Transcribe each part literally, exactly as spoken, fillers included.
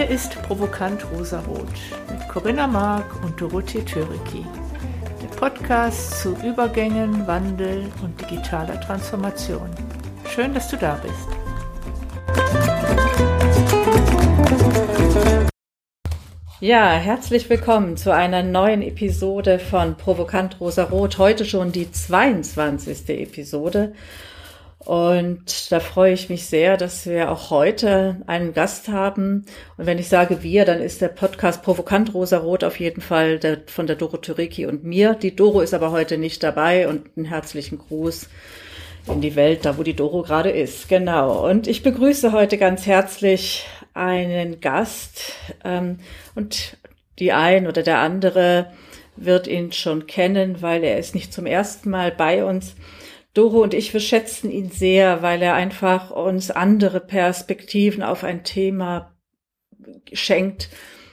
Hier ist Provokant Rosarot mit Corinna Mark und Dorothee Töriki. Der Podcast zu Übergängen, Wandel und digitaler Transformation. Schön, dass du da bist. Ja, herzlich willkommen zu einer neuen Episode von Provokant Rosarot. Heute schon die zweiundzwanzigste Episode. Und da freue ich mich sehr, dass wir auch heute einen Gast haben. Und wenn ich sage wir, dann ist der Podcast Provokant Rosarot auf jeden Fall der, von der Doro Töriki und mir. Die Doro ist aber heute nicht dabei und einen herzlichen Gruß in die Welt, da wo die Doro gerade ist. Genau. Und ich begrüße heute ganz herzlich einen Gast. Ähm, und die ein oder der andere wird ihn schon kennen, weil er ist nicht zum ersten Mal bei uns. Doro und ich, wir schätzen ihn sehr, weil er einfach uns andere Perspektiven auf ein Thema schenkt,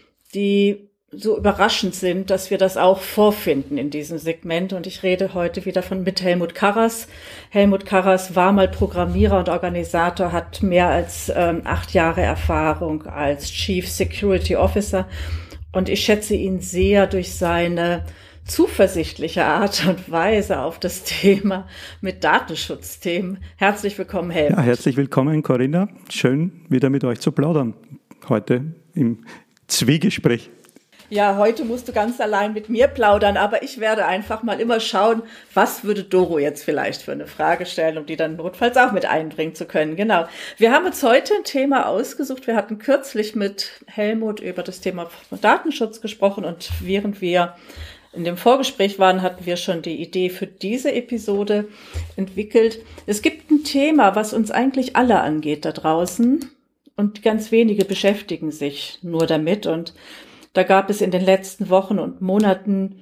die so überraschend sind, dass wir das auch vorfinden in diesem Segment. Und ich rede heute wieder von mit Helmut Karras. Helmut Karras war mal Programmierer und Organisator, hat mehr als ähm, acht Jahre Erfahrung als Chief Security Officer. Und ich schätze ihn sehr durch seine zuversichtliche Art und Weise auf das Thema mit Datenschutzthemen. Herzlich willkommen, Helmut. Ja, herzlich willkommen, Corinna. Schön, wieder mit euch zu plaudern. Heute im Zwiegespräch. Ja, heute musst du ganz allein mit mir plaudern, aber ich werde einfach mal immer schauen, was würde Doro jetzt vielleicht für eine Frage stellen, um die dann notfalls auch mit einbringen zu können. Genau. Wir haben uns heute ein Thema ausgesucht. Wir hatten kürzlich mit Helmut über das Thema Datenschutz gesprochen und während wir in dem Vorgespräch waren, hatten wir schon die Idee für diese Episode entwickelt. Es gibt ein Thema, was uns eigentlich alle angeht da draußen und ganz wenige beschäftigen sich nur damit. Und da gab es in den letzten Wochen und Monaten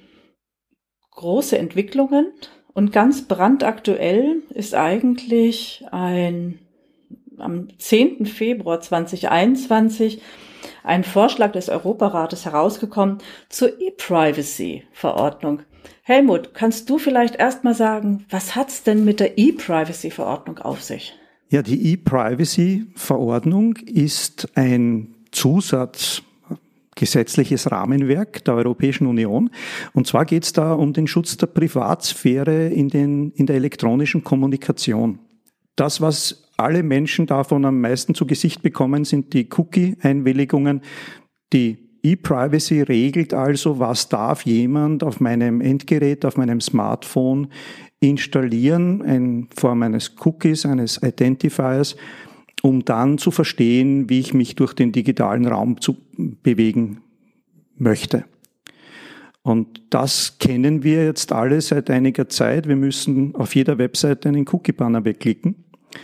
große Entwicklungen. Und ganz brandaktuell ist eigentlich ein am zehnten Februar zweitausendeinundzwanzig ein Vorschlag des Europarates herausgekommen zur E-Privacy-Verordnung. Helmut, kannst du vielleicht erst mal sagen, was hat's denn mit der E-Privacy-Verordnung auf sich? Ja, die E-Privacy-Verordnung ist ein Zusatz gesetzliches Rahmenwerk der Europäischen Union. Und zwar geht es da um den Schutz der Privatsphäre in, den, in der elektronischen Kommunikation. Das, was alle Menschen davon am meisten zu Gesicht bekommen, sind die Cookie-Einwilligungen. Die E-Privacy regelt also, was darf jemand auf meinem Endgerät, auf meinem Smartphone installieren, in Form eines Cookies, eines Identifiers, um dann zu verstehen, wie ich mich durch den digitalen Raum zu bewegen möchte. Und das kennen wir jetzt alle seit einiger Zeit. Wir müssen auf jeder Webseite einen Cookie-Banner wegklicken.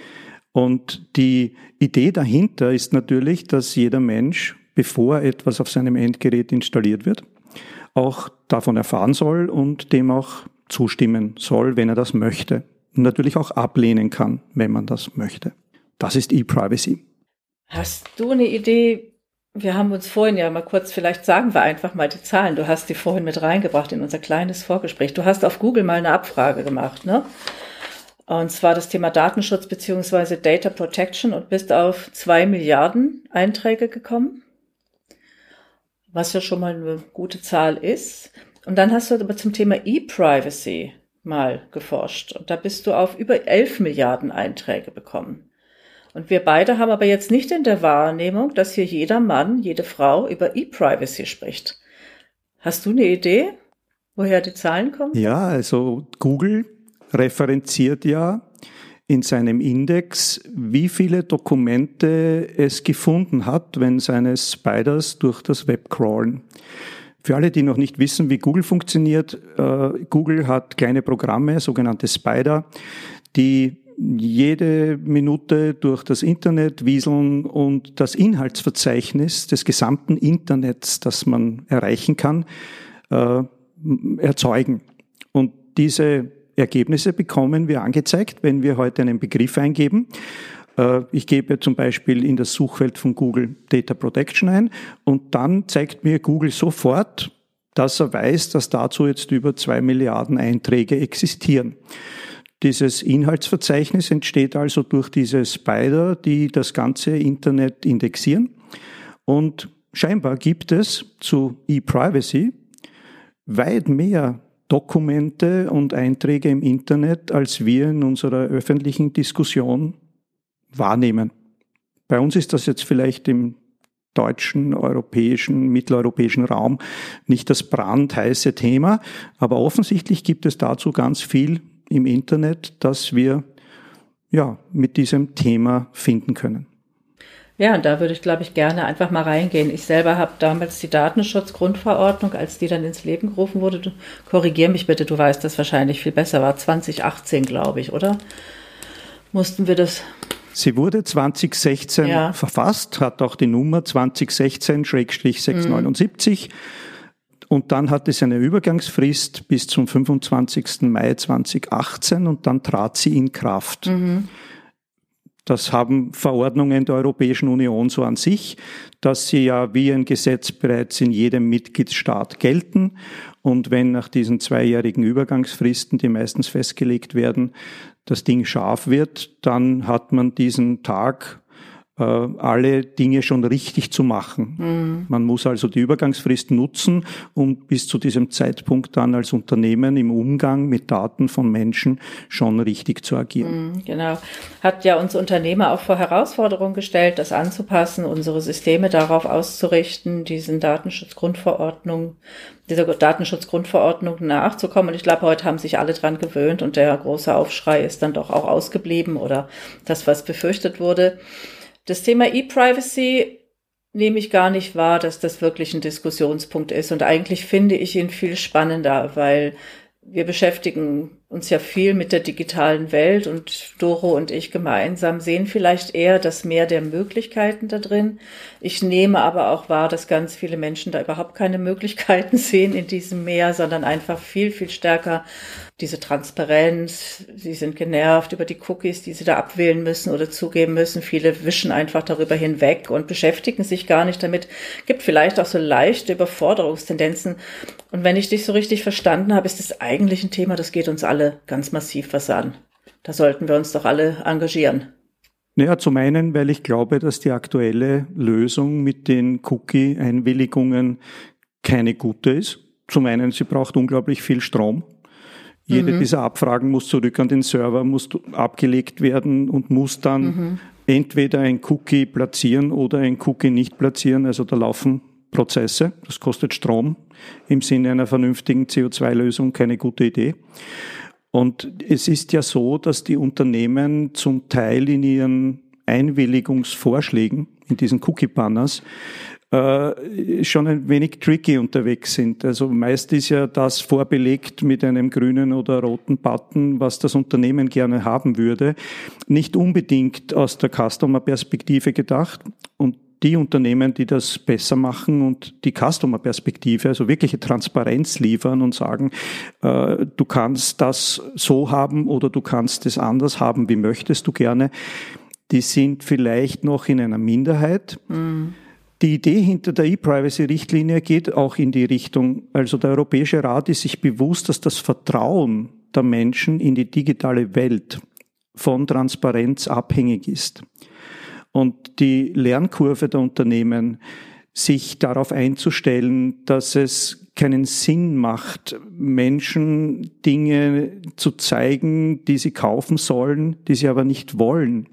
Und die Idee dahinter ist natürlich, dass jeder Mensch, bevor etwas auf seinem Endgerät installiert wird, auch davon erfahren soll und dem auch zustimmen soll, wenn er das möchte. Und natürlich auch ablehnen kann, wenn man das möchte. Das ist E-Privacy. Hast du eine Idee? Wir haben uns vorhin ja mal kurz, vielleicht sagen wir einfach mal die Zahlen. Du hast die vorhin mit reingebracht in unser kleines Vorgespräch. Du hast auf Google mal eine Abfrage gemacht, ne? Und zwar das Thema Datenschutz beziehungsweise Data Protection und bist auf zwei Milliarden Einträge gekommen, was ja schon mal eine gute Zahl ist. Und dann hast du aber zum Thema E-Privacy mal geforscht und da bist du auf über elf Milliarden Einträge bekommen. Und wir beide haben aber jetzt nicht in der Wahrnehmung, dass hier jeder Mann, jede Frau über E-Privacy spricht. Hast du eine Idee, woher die Zahlen kommen? Ja, also Google referenziert ja in seinem Index, wie viele Dokumente es gefunden hat, wenn seine Spiders durch das Web crawlen. Für alle, die noch nicht wissen, wie Google funktioniert, äh, Google hat kleine Programme, sogenannte Spider, die jede Minute durch das Internet wieseln und das Inhaltsverzeichnis des gesamten Internets, das man erreichen kann, äh, erzeugen. Und diese Ergebnisse bekommen wir angezeigt, wenn wir heute einen Begriff eingeben. Ich gebe zum Beispiel in das Suchfeld von Google Data Protection ein und dann zeigt mir Google sofort, dass er weiß, dass dazu jetzt über zwei Milliarden Einträge existieren. Dieses Inhaltsverzeichnis entsteht also durch diese Spider, die das ganze Internet indexieren. Und scheinbar gibt es zu E-Privacy weit mehr Dokumente und Einträge im Internet, als wir in unserer öffentlichen Diskussion wahrnehmen. Bei uns ist das jetzt vielleicht im deutschen, europäischen, mitteleuropäischen Raum nicht das brandheiße Thema, aber offensichtlich gibt es dazu ganz viel im Internet, das wir ja mit diesem Thema finden können. Ja, und da würde ich, glaube ich, gerne einfach mal reingehen. Ich selber habe damals die Datenschutzgrundverordnung, als die dann ins Leben gerufen wurde, du, korrigier mich bitte, du weißt das wahrscheinlich viel besser, war zwanzig achtzehn, glaube ich, oder? Mussten wir das... Sie wurde zwanzig sechzehn ja. verfasst, hat auch die Nummer zwanzig sechzehn sechshundertneunundsiebzig mhm. und dann hatte sie eine Übergangsfrist bis zum fünfundzwanzigsten Mai zweitausendachtzehn und dann trat sie in Kraft. Mhm. Das haben Verordnungen der Europäischen Union so an sich, dass sie ja wie ein Gesetz bereits in jedem Mitgliedstaat gelten. Und wenn nach diesen zweijährigen Übergangsfristen, die meistens festgelegt werden, das Ding scharf wird, dann hat man diesen Tag, äh, alle Dinge schon richtig zu machen. Mhm. Man muss also die Übergangsfrist nutzen, um bis zu diesem Zeitpunkt dann als Unternehmen im Umgang mit Daten von Menschen schon richtig zu agieren. Mhm, genau. Hat ja uns Unternehmer auch vor Herausforderungen gestellt, das anzupassen, unsere Systeme darauf auszurichten, diesen Datenschutzgrundverordnung, dieser Datenschutzgrundverordnung nachzukommen. Und ich glaube, heute haben sich alle dran gewöhnt und der große Aufschrei ist dann doch auch ausgeblieben oder das, was befürchtet wurde. Das Thema E-Privacy nehme ich gar nicht wahr, dass das wirklich ein Diskussionspunkt ist. Und eigentlich finde ich ihn viel spannender, weil wir beschäftigen uns ja viel mit der digitalen Welt und Doro und ich gemeinsam sehen vielleicht eher das Meer der Möglichkeiten da drin. Ich nehme aber auch wahr, dass ganz viele Menschen da überhaupt keine Möglichkeiten sehen in diesem Meer, sondern einfach viel, viel stärker diese Transparenz. Sie sind genervt über die Cookies, die sie da abwählen müssen oder zugeben müssen. Viele wischen einfach darüber hinweg und beschäftigen sich gar nicht damit. Gibt vielleicht auch so leichte Überforderungstendenzen. Und wenn ich dich so richtig verstanden habe, ist das eigentlich ein Thema, das geht uns alle ganz massiv was an. Da sollten wir uns doch alle engagieren. Naja, zum einen, weil ich glaube, dass die aktuelle Lösung mit den Cookie-Einwilligungen keine gute ist. Zum einen, sie braucht unglaublich viel Strom. Jede mhm. dieser Abfragen muss zurück an den Server, muss abgelegt werden und muss dann mhm. entweder ein Cookie platzieren oder ein Cookie nicht platzieren. Also da laufen Prozesse. Das kostet Strom. Im Sinne einer vernünftigen C O zwei Lösung keine gute Idee. Und es ist ja so, dass die Unternehmen zum Teil in ihren Einwilligungsvorschlägen, in diesen Cookie-Banners, äh, schon ein wenig tricky unterwegs sind. Also meist ist ja das vorbelegt mit einem grünen oder roten Button, was das Unternehmen gerne haben würde. Nicht unbedingt aus der Customer-Perspektive gedacht. Und die Unternehmen, die das besser machen und die Customer-Perspektive, also wirkliche Transparenz liefern und sagen, äh, du kannst das so haben oder du kannst es anders haben, wie möchtest du gerne, die sind vielleicht noch in einer Minderheit. Mhm. Die Idee hinter der E-Privacy-Richtlinie geht auch in die Richtung, also der Europäische Rat ist sich bewusst, dass das Vertrauen der Menschen in die digitale Welt von Transparenz abhängig ist. Und die Lernkurve der Unternehmen, sich darauf einzustellen, dass es keinen Sinn macht, Menschen Dinge zu zeigen, die sie kaufen sollen, die sie aber nicht wollen.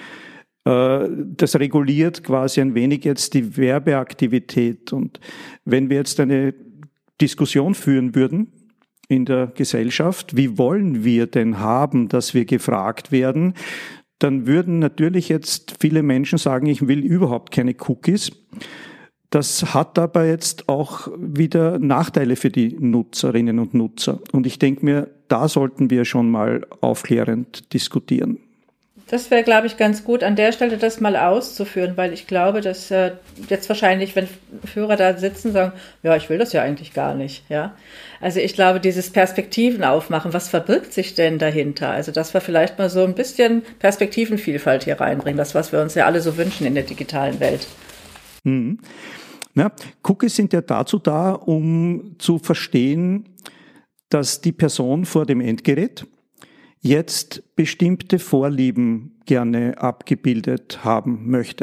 Das reguliert quasi ein wenig jetzt die Werbeaktivität. Und wenn wir jetzt eine Diskussion führen würden in der Gesellschaft, wie wollen wir denn haben, dass wir gefragt werden, dann würden natürlich jetzt viele Menschen sagen, ich will überhaupt keine Cookies. Das hat aber jetzt auch wieder Nachteile für die Nutzerinnen und Nutzer. Und ich denke mir, da sollten wir schon mal aufklärend diskutieren. Das wäre, glaube ich, ganz gut, an der Stelle das mal auszuführen, weil ich glaube, dass äh, jetzt wahrscheinlich, wenn Führer da sitzen, sagen, ja, ich will das ja eigentlich gar nicht, ja. Also ich glaube, dieses Perspektiven aufmachen, was verbirgt sich denn dahinter? Also dass wir vielleicht mal so ein bisschen Perspektivenvielfalt hier reinbringen, das, was wir uns ja alle so wünschen in der digitalen Welt. Mhm. Ja, Cookies sind ja dazu da, um zu verstehen, dass die Person vor dem Endgerät jetzt bestimmte Vorlieben gerne abgebildet haben möchte.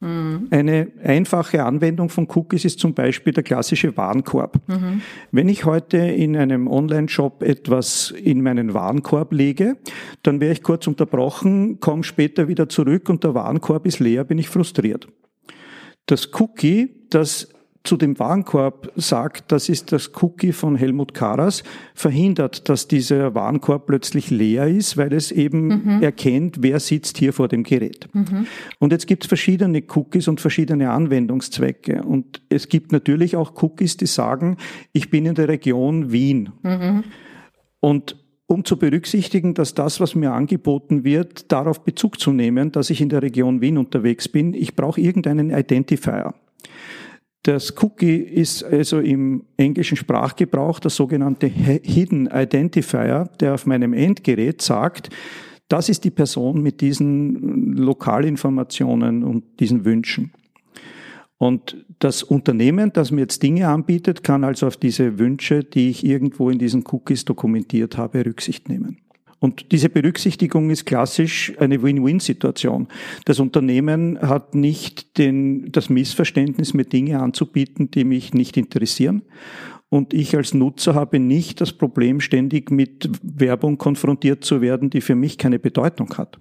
Mhm. Eine einfache Anwendung von Cookies ist zum Beispiel der klassische Warenkorb. Mhm. Wenn ich heute in einem Online-Shop etwas in meinen Warenkorb lege, dann wäre ich kurz unterbrochen, komme später wieder zurück und der Warenkorb ist leer, bin ich frustriert. Das Cookie, das zu dem Warenkorb sagt, das ist das Cookie von Helmut Karas, verhindert, dass dieser Warenkorb plötzlich leer ist, weil es eben mhm. erkennt, wer sitzt hier vor dem Gerät. Mhm. Und jetzt gibt es verschiedene Cookies und verschiedene Anwendungszwecke. Und es gibt natürlich auch Cookies, die sagen, ich bin in der Region Wien. Mhm. Und um zu berücksichtigen, dass das, was mir angeboten wird, darauf Bezug zu nehmen, dass ich in der Region Wien unterwegs bin, ich brauche irgendeinen Identifier. Das Cookie ist also im englischen Sprachgebrauch der sogenannte Hidden Identifier, der auf meinem Endgerät sagt, das ist die Person mit diesen Lokalinformationen und diesen Wünschen. Und das Unternehmen, das mir jetzt Dinge anbietet, kann also auf diese Wünsche, die ich irgendwo in diesen Cookies dokumentiert habe, Rücksicht nehmen. Und diese Berücksichtigung ist klassisch eine Win-Win-Situation. Das Unternehmen hat nicht den, das Missverständnis, mir Dinge anzubieten, die mich nicht interessieren. Und ich als Nutzer habe nicht das Problem, ständig mit Werbung konfrontiert zu werden, die für mich keine Bedeutung hat.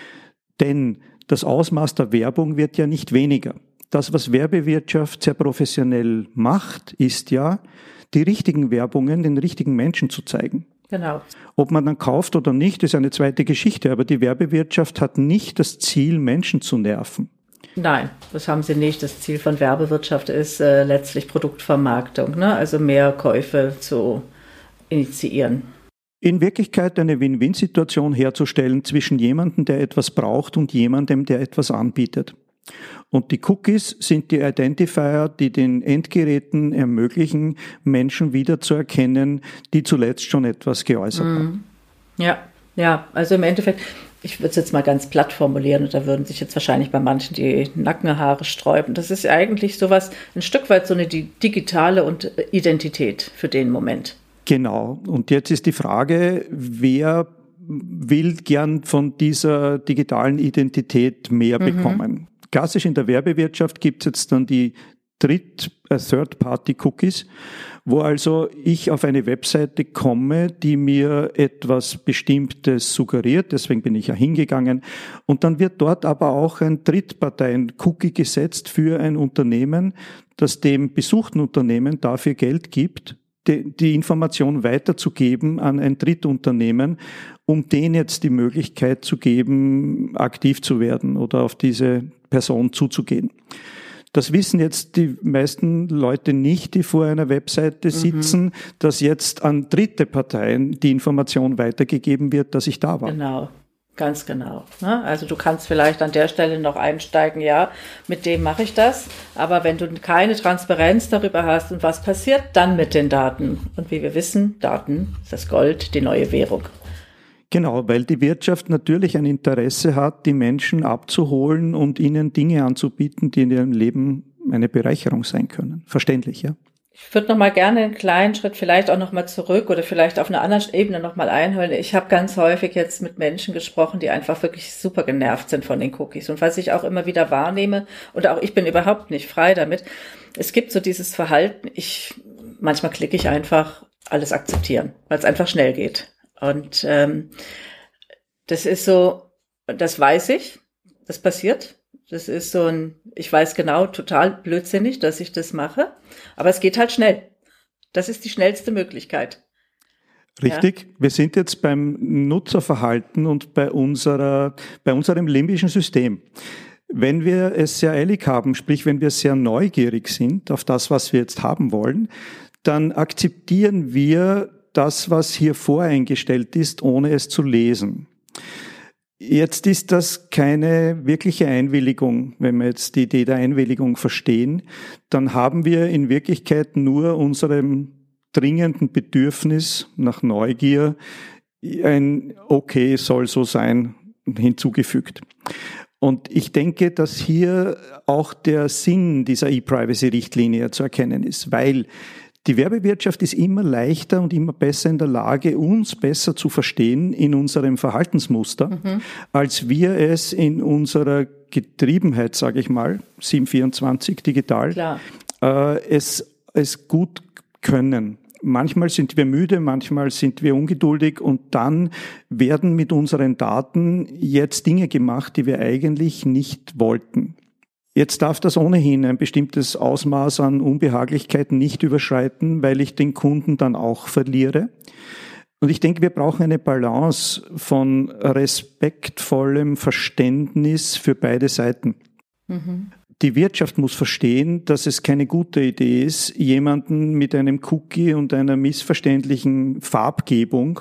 Denn das Ausmaß der Werbung wird ja nicht weniger. Das, was Werbewirtschaft sehr professionell macht, ist ja, die richtigen Werbungen den richtigen Menschen zu zeigen. Genau. Ob man dann kauft oder nicht, ist eine zweite Geschichte. Aber die Werbewirtschaft hat nicht das Ziel, Menschen zu nerven. Nein, das haben sie nicht. Das Ziel von Werbewirtschaft ist äh, letztlich Produktvermarktung, ne? Also mehr Käufe zu initiieren. In Wirklichkeit eine Win-Win-Situation herzustellen zwischen jemandem, der etwas braucht, und jemandem, der etwas anbietet. Und die Cookies sind die Identifier, die den Endgeräten ermöglichen, Menschen wiederzuerkennen, die zuletzt schon etwas geäußert mm. haben. Ja, ja, also im Endeffekt, ich würde es jetzt mal ganz platt formulieren, und da würden sich jetzt wahrscheinlich bei manchen die Nackenhaare sträuben. Das ist eigentlich sowas, ein Stück weit so eine digitale und Identität für den Moment. Genau. Und jetzt ist die Frage, wer will gern von dieser digitalen Identität mehr mhm. bekommen? Klassisch in der Werbewirtschaft gibt es jetzt dann die Dritt-, äh, Third-Party-Cookies, wo also ich auf eine Webseite komme, die mir etwas Bestimmtes suggeriert, deswegen bin ich ja hingegangen, und dann wird dort aber auch ein Drittparteien-Cookie gesetzt für ein Unternehmen, das dem besuchten Unternehmen dafür Geld gibt, die, die Information weiterzugeben an ein Drittunternehmen, um denen jetzt die Möglichkeit zu geben, aktiv zu werden oder auf diese Person zuzugehen. Das wissen jetzt die meisten Leute nicht, die vor einer Webseite sitzen, mhm. dass jetzt an dritte Parteien die Information weitergegeben wird, dass ich da war. Genau, ganz genau. Also du kannst vielleicht an der Stelle noch einsteigen, ja, mit dem mache ich das, aber wenn du keine Transparenz darüber hast und was passiert, dann mit den Daten. Und wie wir wissen, Daten, das Gold, die neue Währung. Genau, weil die Wirtschaft natürlich ein Interesse hat, die Menschen abzuholen und ihnen Dinge anzubieten, die in ihrem Leben eine Bereicherung sein können. Verständlich, ja? Ich würde noch mal gerne einen kleinen Schritt vielleicht auch noch mal zurück oder vielleicht auf einer anderen Ebene noch mal einholen. Ich habe ganz häufig jetzt mit Menschen gesprochen, die einfach wirklich super genervt sind von den Cookies. Und was ich auch immer wieder wahrnehme, und auch ich bin überhaupt nicht frei damit, es gibt so dieses Verhalten, ich manchmal klicke ich einfach alles akzeptieren, weil es einfach schnell geht. Und ähm, das ist so, das weiß ich, das passiert. Das ist so ein, ich weiß genau, total blödsinnig, dass ich das mache. Aber es geht halt schnell. Das ist die schnellste Möglichkeit. Richtig. Ja. Wir sind jetzt beim Nutzerverhalten und bei unserer, bei unserem limbischen System. Wenn wir es sehr eilig haben, sprich, wenn wir sehr neugierig sind auf das, was wir jetzt haben wollen, dann akzeptieren wir das, was hier voreingestellt ist, ohne es zu lesen. Jetzt ist das keine wirkliche Einwilligung. Wenn wir jetzt die Idee der Einwilligung verstehen, dann haben wir in Wirklichkeit nur unserem dringenden Bedürfnis nach Neugier ein Okay, soll so sein hinzugefügt. Und ich denke, dass hier auch der Sinn dieser E-Privacy-Richtlinie zu erkennen ist, weil die Werbewirtschaft ist immer leichter und immer besser in der Lage, uns besser zu verstehen in unserem Verhaltensmuster, mhm. als wir es in unserer Getriebenheit, sage ich mal, sieben vierundzwanzig digital, Klar. Äh, es, es gut können. Manchmal sind wir müde, manchmal sind wir ungeduldig und dann werden mit unseren Daten jetzt Dinge gemacht, die wir eigentlich nicht wollten. Jetzt darf das ohnehin ein bestimmtes Ausmaß an Unbehaglichkeiten nicht überschreiten, weil ich den Kunden dann auch verliere. Und ich denke, wir brauchen eine Balance von respektvollem Verständnis für beide Seiten. Mhm. Die Wirtschaft muss verstehen, dass es keine gute Idee ist, jemanden mit einem Cookie und einer missverständlichen Farbgebung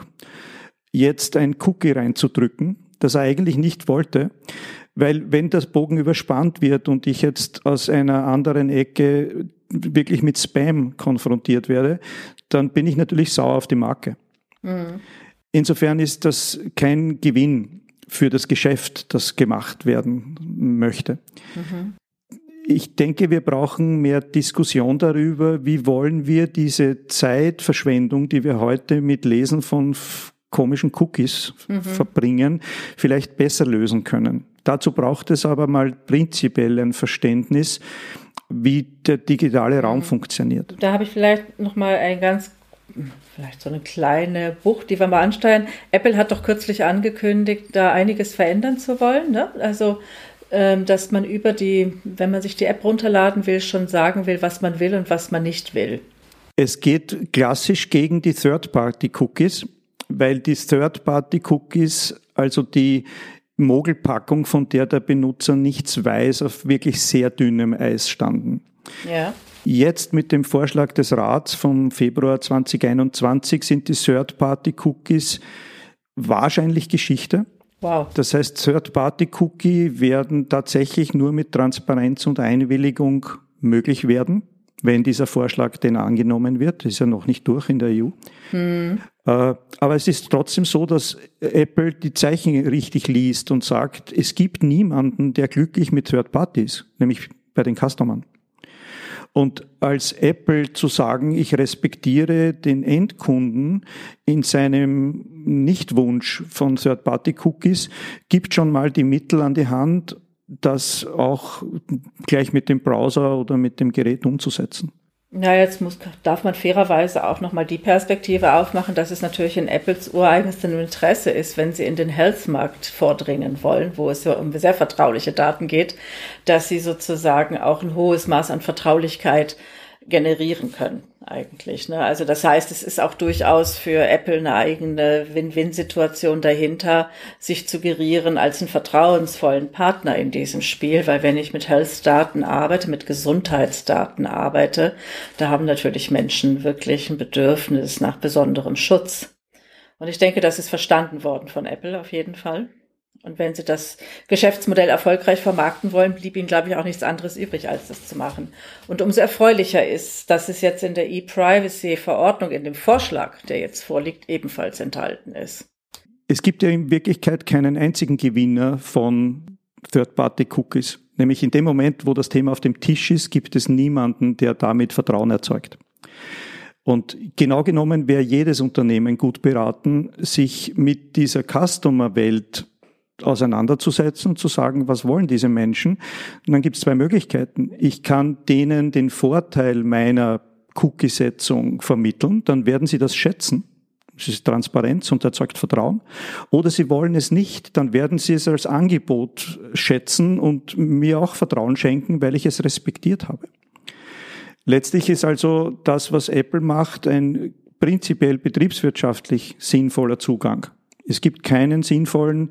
jetzt ein Cookie reinzudrücken, das er eigentlich nicht wollte. Weil wenn das Bogen überspannt wird und ich jetzt aus einer anderen Ecke wirklich mit Spam konfrontiert werde, dann bin ich natürlich sauer auf die Marke. Mhm. Insofern ist das kein Gewinn für das Geschäft, das gemacht werden möchte. Mhm. Ich denke, wir brauchen mehr Diskussion darüber, wie wollen wir diese Zeitverschwendung, die wir heute mit Lesen von f- komischen Cookies mhm. verbringen, vielleicht besser lösen können. Dazu braucht es aber mal prinzipiell ein Verständnis, wie der digitale Raum mhm. funktioniert. Da habe ich vielleicht noch mal ein ganz, vielleicht so eine kleine Bucht, die wir mal ansteuern. Apple hat doch kürzlich angekündigt, da einiges verändern zu wollen, ne? Also dass man über die, wenn man sich die App runterladen will, schon sagen will, was man will und was man nicht will. Es geht klassisch gegen die Third-Party-Cookies, weil die Third-Party-Cookies, also die Mogelpackung, von der der Benutzer nichts weiß, auf wirklich sehr dünnem Eis standen. Ja. Jetzt mit dem Vorschlag des Rats vom Februar zwanzig einundzwanzig sind die Third-Party-Cookies wahrscheinlich Geschichte. Wow. Das heißt, Third-Party-Cookie werden tatsächlich nur mit Transparenz und Einwilligung möglich werden, wenn dieser Vorschlag denn angenommen wird. Das ist ja noch nicht durch in der E U. Hm. Äh, aber es ist trotzdem so, dass Apple die Zeichen richtig liest und sagt, es gibt niemanden, der glücklich mit Third-Party ist, nämlich bei den Customern. Und als Apple zu sagen, ich respektiere den Endkunden in seinem Nichtwunsch von Third-Party-Cookies, gibt schon mal die Mittel an die Hand, das auch gleich mit dem Browser oder mit dem Gerät umzusetzen. Ja, jetzt muss, darf man fairerweise auch nochmal die Perspektive aufmachen, dass es natürlich in Apples ureigenstem Interesse ist, wenn sie in den Health-Markt vordringen wollen, wo es ja um sehr vertrauliche Daten geht, dass sie sozusagen auch ein hohes Maß an Vertraulichkeit generieren können eigentlich, ne? Also das heißt, es ist auch durchaus für Apple eine eigene Win-Win-Situation dahinter, sich zu gerieren als einen vertrauensvollen Partner in diesem Spiel, weil wenn ich mit Health-Daten arbeite, mit Gesundheitsdaten arbeite, da haben natürlich Menschen wirklich ein Bedürfnis nach besonderem Schutz. Und ich denke, das ist verstanden worden von Apple auf jeden Fall. Und wenn sie das Geschäftsmodell erfolgreich vermarkten wollen, blieb ihnen, glaube ich, auch nichts anderes übrig, als das zu machen. Und umso erfreulicher ist, dass es jetzt in der E-Privacy-Verordnung, in dem Vorschlag, der jetzt vorliegt, ebenfalls enthalten ist. Es gibt ja in Wirklichkeit keinen einzigen Gewinner von Third-Party-Cookies. Nämlich in dem Moment, wo das Thema auf dem Tisch ist, gibt es niemanden, der damit Vertrauen erzeugt. Und genau genommen wäre jedes Unternehmen gut beraten, sich mit dieser Customer-Welt auseinanderzusetzen und zu sagen, was wollen diese Menschen? Und dann gibt es zwei Möglichkeiten. Ich kann denen den Vorteil meiner Cookie-Setzung vermitteln, dann werden sie das schätzen. Das ist Transparenz und erzeugt Vertrauen. Oder sie wollen es nicht, dann werden sie es als Angebot schätzen und mir auch Vertrauen schenken, weil ich es respektiert habe. Letztlich ist also das, was Apple macht, ein prinzipiell betriebswirtschaftlich sinnvoller Zugang. Es gibt keinen sinnvollen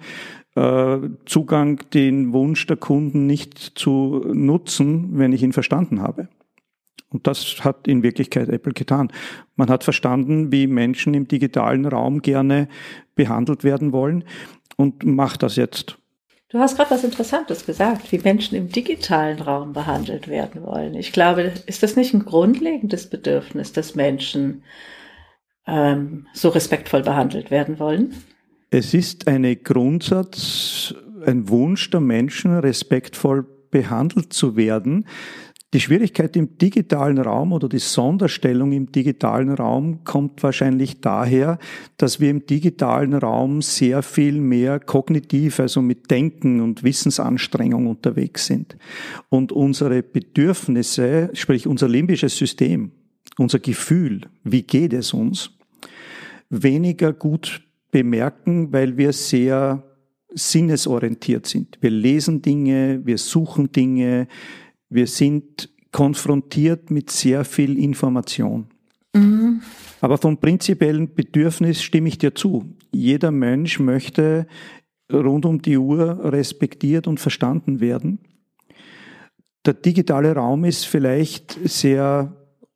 Zugang, den Wunsch der Kunden nicht zu nutzen, wenn ich ihn verstanden habe. Und das hat in Wirklichkeit Apple getan. Man hat verstanden, wie Menschen im digitalen Raum gerne behandelt werden wollen und macht das jetzt. Du hast gerade was Interessantes gesagt, wie Menschen im digitalen Raum behandelt werden wollen. Ich glaube, ist das nicht ein grundlegendes Bedürfnis, dass Menschen ähm, so respektvoll behandelt werden wollen? Es ist eine Grundsatz, ein Wunsch der Menschen, respektvoll behandelt zu werden, Die Schwierigkeit im digitalen Raum oder die Sonderstellung im digitalen Raum kommt wahrscheinlich daher, dass wir im digitalen Raum sehr viel mehr kognitiv, also mit Denken und Wissensanstrengung unterwegs sind. Und unsere Bedürfnisse, sprich unser limbisches System, unser Gefühl, wie geht es uns, weniger gut bemerken, weil wir sehr sinnesorientiert sind. Wir lesen Dinge, wir suchen Dinge, wir sind konfrontiert mit sehr viel Information. Mhm. Aber vom prinzipiellen Bedürfnis stimme ich dir zu. Jeder Mensch möchte rund um die Uhr respektiert und verstanden werden. Der digitale Raum ist vielleicht sehr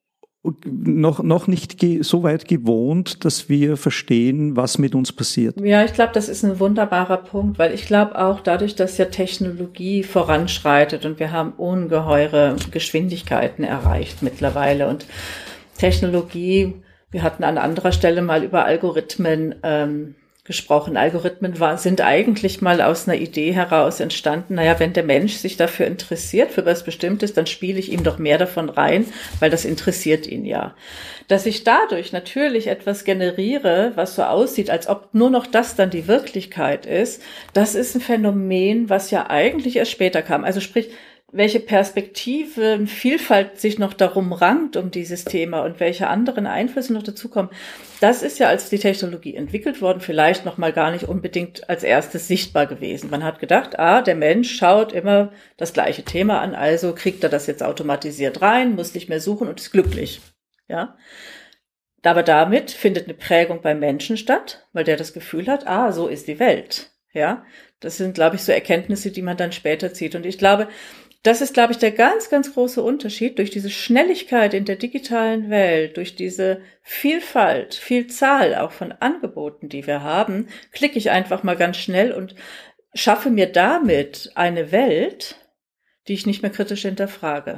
noch, noch nicht ge- so weit gewohnt, dass wir verstehen, was mit uns passiert. Ja, ich glaube, das ist ein wunderbarer Punkt, weil ich glaube auch dadurch, dass ja Technologie voranschreitet und wir haben ungeheure Geschwindigkeiten erreicht mittlerweile und Technologie, wir hatten an anderer Stelle mal über Algorithmen ähm, gesprochen. Algorithmen war, sind eigentlich mal aus einer Idee heraus entstanden. Naja, wenn der Mensch sich dafür interessiert, für was Bestimmtes, dann spiele ich ihm doch mehr davon rein, weil das interessiert ihn ja. Dass ich dadurch natürlich etwas generiere, was so aussieht, als ob nur noch das dann die Wirklichkeit ist, das ist ein Phänomen, was ja eigentlich erst später kam. Also sprich, welche Perspektive, Vielfalt sich noch darum rankt um dieses Thema und welche anderen Einflüsse noch dazukommen, das ist ja, als die Technologie entwickelt worden, vielleicht noch mal gar nicht unbedingt als erstes sichtbar gewesen. Man hat gedacht, ah, der Mensch schaut immer das gleiche Thema an, also kriegt er das jetzt automatisiert rein, muss nicht mehr suchen und ist glücklich. Ja. Aber damit findet eine Prägung beim Menschen statt, weil der das Gefühl hat, ah, so ist die Welt. Ja. Das sind, glaube ich, so Erkenntnisse, die man dann später zieht. Und ich glaube, das ist, glaube ich, der ganz, ganz große Unterschied. Durch diese Schnelligkeit in der digitalen Welt, durch diese Vielfalt, Vielzahl auch von Angeboten, die wir haben, klicke ich einfach mal ganz schnell und schaffe mir damit eine Welt, die ich nicht mehr kritisch hinterfrage.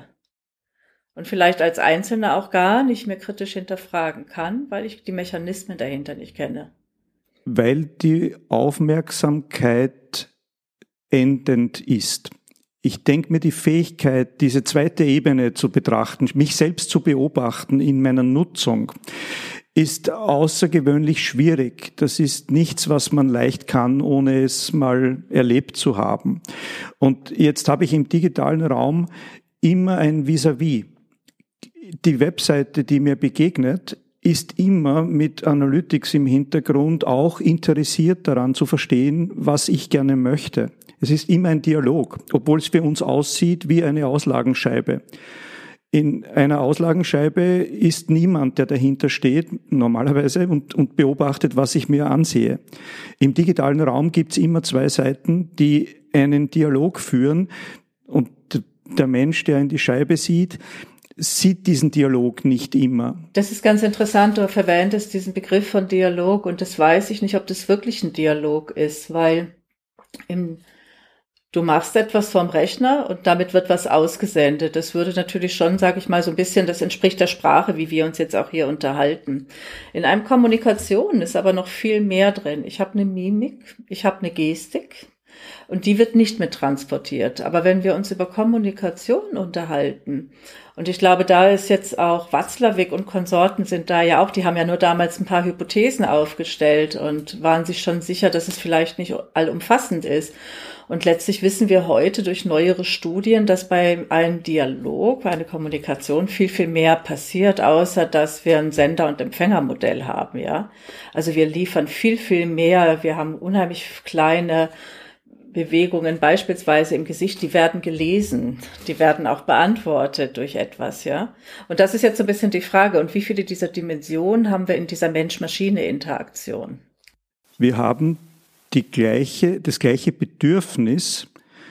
Und vielleicht als Einzelner auch gar nicht mehr kritisch hinterfragen kann, weil ich die Mechanismen dahinter nicht kenne. Weil die Aufmerksamkeit endend ist. Ich denke mir, die Fähigkeit, diese zweite Ebene zu betrachten, mich selbst zu beobachten in meiner Nutzung, ist außergewöhnlich schwierig. Das ist nichts, was man leicht kann, ohne es mal erlebt zu haben. Und jetzt habe ich im digitalen Raum immer ein Vis-à-vis. Die Webseite, die mir begegnet, ist immer mit Analytics im Hintergrund auch interessiert daran zu verstehen, was ich gerne möchte. Es ist immer ein Dialog, obwohl es für uns aussieht wie eine Auslagenscheibe. In einer Auslagenscheibe ist niemand, der dahinter steht, normalerweise, und, und beobachtet, was ich mir ansehe. Im digitalen Raum gibt es immer zwei Seiten, die einen Dialog führen, und der Mensch, der in die Scheibe sieht, sieht diesen Dialog nicht immer. Das ist ganz interessant, du verwendest diesen Begriff von Dialog, und das weiß ich nicht, ob das wirklich ein Dialog ist, weil im Du machst etwas vom Rechner und damit wird was ausgesendet. Das würde natürlich schon, sage ich mal, so ein bisschen, das entspricht der Sprache, wie wir uns jetzt auch hier unterhalten. In einem Kommunikation ist aber noch viel mehr drin. Ich habe eine Mimik, ich habe eine Gestik und die wird nicht mit transportiert. Aber wenn wir uns über Kommunikation unterhalten, und ich glaube, da ist jetzt auch Watzlawick und Konsorten sind da ja auch, die haben ja nur damals ein paar Hypothesen aufgestellt und waren sich schon sicher, dass es vielleicht nicht allumfassend ist. Und letztlich wissen wir heute durch neuere Studien, dass bei einem Dialog, bei einer Kommunikation viel, viel mehr passiert, außer dass wir ein Sender- und Empfängermodell haben, ja. Also wir liefern viel, viel mehr. Wir haben unheimlich kleine Bewegungen, beispielsweise im Gesicht, die werden gelesen. Die werden auch beantwortet durch etwas, ja. Und das ist jetzt so ein bisschen die Frage. Und wie viele dieser Dimensionen haben wir in dieser Mensch-Maschine-Interaktion? Wir haben die gleiche, das gleiche Bedürfnis,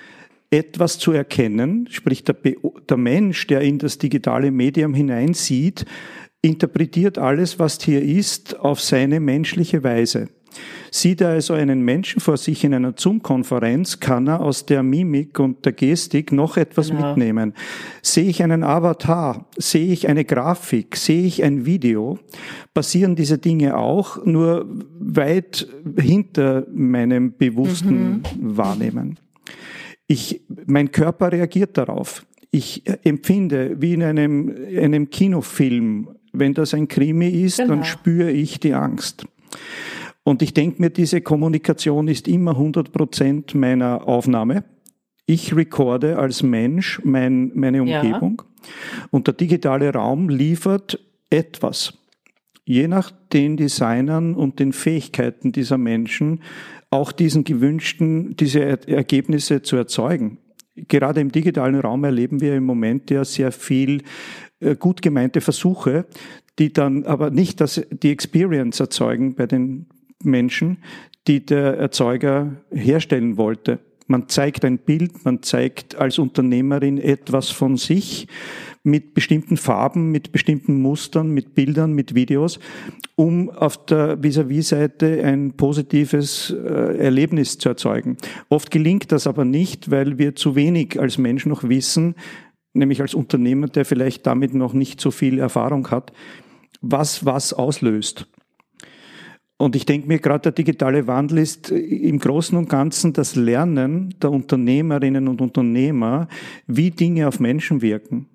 etwas zu erkennen, sprich der, Be- der Mensch, der in das digitale Medium hineinsieht, interpretiert alles, was hier ist, auf seine menschliche Weise. Sieht er also einen Menschen vor sich in einer Zoom-Konferenz, kann er aus der Mimik und der Gestik noch etwas genau. mitnehmen. Sehe ich einen Avatar, sehe ich eine Grafik, sehe ich ein Video, passieren diese Dinge auch, nur weit hinter meinem bewussten mhm. Wahrnehmen. Ich, mein Körper reagiert darauf. Ich empfinde wie in einem, einem Kinofilm, wenn das ein Krimi ist, genau, dann spüre ich die Angst. Und ich denke mir, diese Kommunikation ist immer hundert Prozent meiner Aufnahme. Ich recorde als Mensch mein, meine Umgebung, ja, und der digitale Raum liefert etwas. Je nach den Designern und den Fähigkeiten dieser Menschen auch diesen gewünschten, diese Ergebnisse zu erzeugen. Gerade im digitalen Raum erleben wir im Moment ja sehr viel äh, gut gemeinte Versuche, die dann aber nicht das, die Experience erzeugen bei den Menschen, die der Erzeuger herstellen wollte. Man zeigt ein Bild, man zeigt als Unternehmerin etwas von sich mit bestimmten Farben, mit bestimmten Mustern, mit Bildern, mit Videos, um auf der Vis-à-vis-Seite ein positives äh, Erlebnis zu erzeugen. Oft gelingt das aber nicht, weil wir zu wenig als Mensch noch wissen, nämlich als Unternehmer, der vielleicht damit noch nicht so viel Erfahrung hat, was was auslöst. Und ich denke mir, gerade der digitale Wandel ist im Großen und Ganzen das Lernen der Unternehmerinnen und Unternehmer, wie Dinge auf Menschen wirken.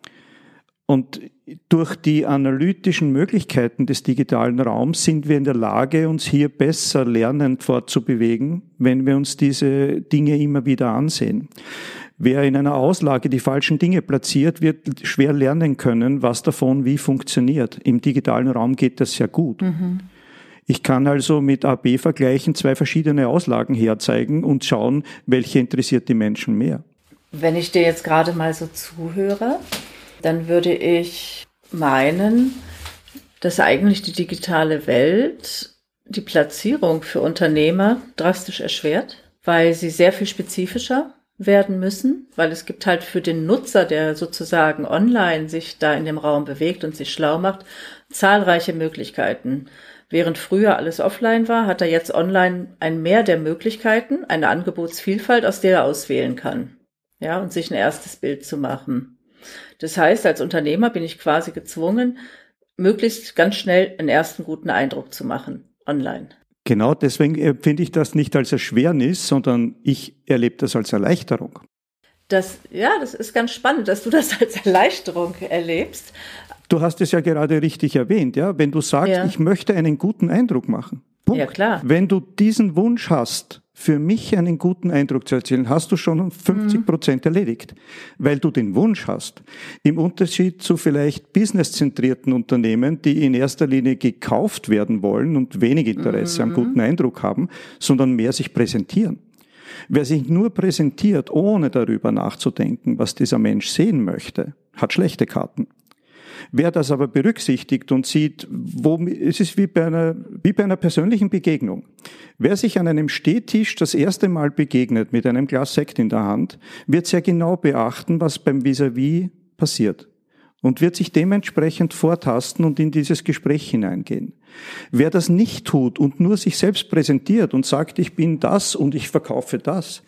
Und durch die analytischen Möglichkeiten des digitalen Raums sind wir in der Lage, uns hier besser lernend fortzubewegen, wenn wir uns diese Dinge immer wieder ansehen. Wer in einer Auslage die falschen Dinge platziert, wird schwer lernen können, was davon wie funktioniert. Im digitalen Raum geht das sehr gut. Mhm. Ich kann also mit A B vergleichen, zwei verschiedene Auslagen herzeigen und schauen, welche interessiert die Menschen mehr. Wenn ich dir jetzt gerade mal so zuhöre, dann würde ich meinen, dass eigentlich die digitale Welt die Platzierung für Unternehmer drastisch erschwert, weil sie sehr viel spezifischer werden müssen, weil es gibt halt für den Nutzer, der sozusagen online sich da in dem Raum bewegt und sich schlau macht, zahlreiche Möglichkeiten. Während früher alles offline war, hat er jetzt online ein Mehr der Möglichkeiten, eine Angebotsvielfalt, aus der er auswählen kann, ja, und sich ein erstes Bild zu machen. Das heißt, als Unternehmer bin ich quasi gezwungen, möglichst ganz schnell einen ersten guten Eindruck zu machen, online. Genau, deswegen empfinde ich das nicht als Erschwernis, sondern ich erlebe das als Erleichterung. Das, ja, das ist ganz spannend, dass du das als Erleichterung erlebst. Du hast es ja gerade richtig erwähnt, ja, wenn du sagst, ja, ich möchte einen guten Eindruck machen. Punkt. Ja, klar. Wenn du diesen Wunsch hast, für mich einen guten Eindruck zu erzielen, hast du schon fünfzig Prozent mhm. erledigt, weil du den Wunsch hast. Im Unterschied zu vielleicht businesszentrierten Unternehmen, die in erster Linie gekauft werden wollen und wenig Interesse mhm. am guten Eindruck haben, sondern mehr sich präsentieren. Wer sich nur präsentiert, ohne darüber nachzudenken, was dieser Mensch sehen möchte, hat schlechte Karten. Wer das aber berücksichtigt und sieht, wo, es ist wie bei einer, wie bei einer persönlichen Begegnung. Wer sich an einem Stehtisch das erste Mal begegnet mit einem Glas Sekt in der Hand, wird sehr genau beachten, was beim Vis-à-vis passiert und wird sich dementsprechend vortasten und in dieses Gespräch hineingehen. Wer das nicht tut und nur sich selbst präsentiert und sagt, ich bin das und ich verkaufe das,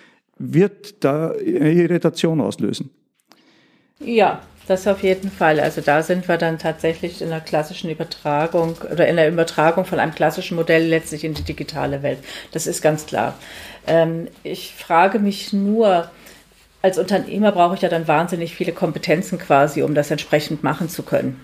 wird da eine Irritation auslösen. Ja, das auf jeden Fall. Also da sind wir dann tatsächlich in einer klassischen Übertragung oder in der Übertragung von einem klassischen Modell letztlich in die digitale Welt. Das ist ganz klar. Ähm, ich frage mich nur, als Unternehmer brauche ich ja dann wahnsinnig viele Kompetenzen quasi, um das entsprechend machen zu können.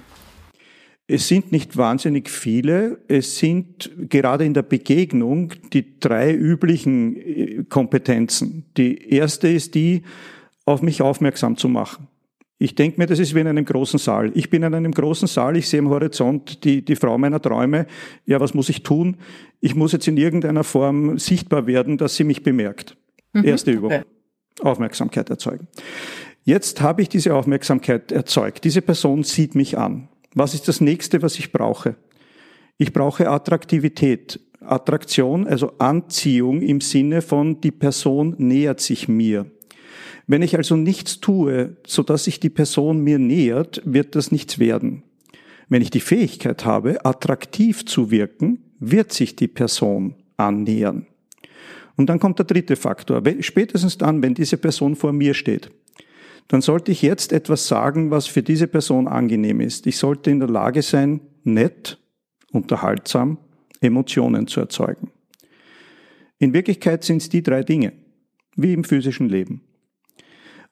Es sind nicht wahnsinnig viele. Es sind gerade in der Begegnung die drei üblichen Kompetenzen. Die erste ist die, auf mich aufmerksam zu machen. Ich denke mir, das ist wie in einem großen Saal. Ich bin in einem großen Saal, ich sehe am Horizont die, die Frau meiner Träume. Ja, was muss ich tun? Ich muss jetzt in irgendeiner Form sichtbar werden, dass sie mich bemerkt. Mhm, Erste Übung. Okay. Aufmerksamkeit erzeugen. Jetzt habe ich diese Aufmerksamkeit erzeugt. Diese Person sieht mich an. Was ist das Nächste, was ich brauche? Ich brauche Attraktivität. Attraktion, also Anziehung im Sinne von, die Person nähert sich mir. Wenn ich also nichts tue, sodass sich die Person mir nähert, wird das nichts werden. Wenn ich die Fähigkeit habe, attraktiv zu wirken, wird sich die Person annähern. Und dann kommt der dritte Faktor. Spätestens dann, wenn diese Person vor mir steht, dann sollte ich jetzt etwas sagen, was für diese Person angenehm ist. Ich sollte in der Lage sein, nett, unterhaltsam, Emotionen zu erzeugen. In Wirklichkeit sind es die drei Dinge, wie im physischen Leben.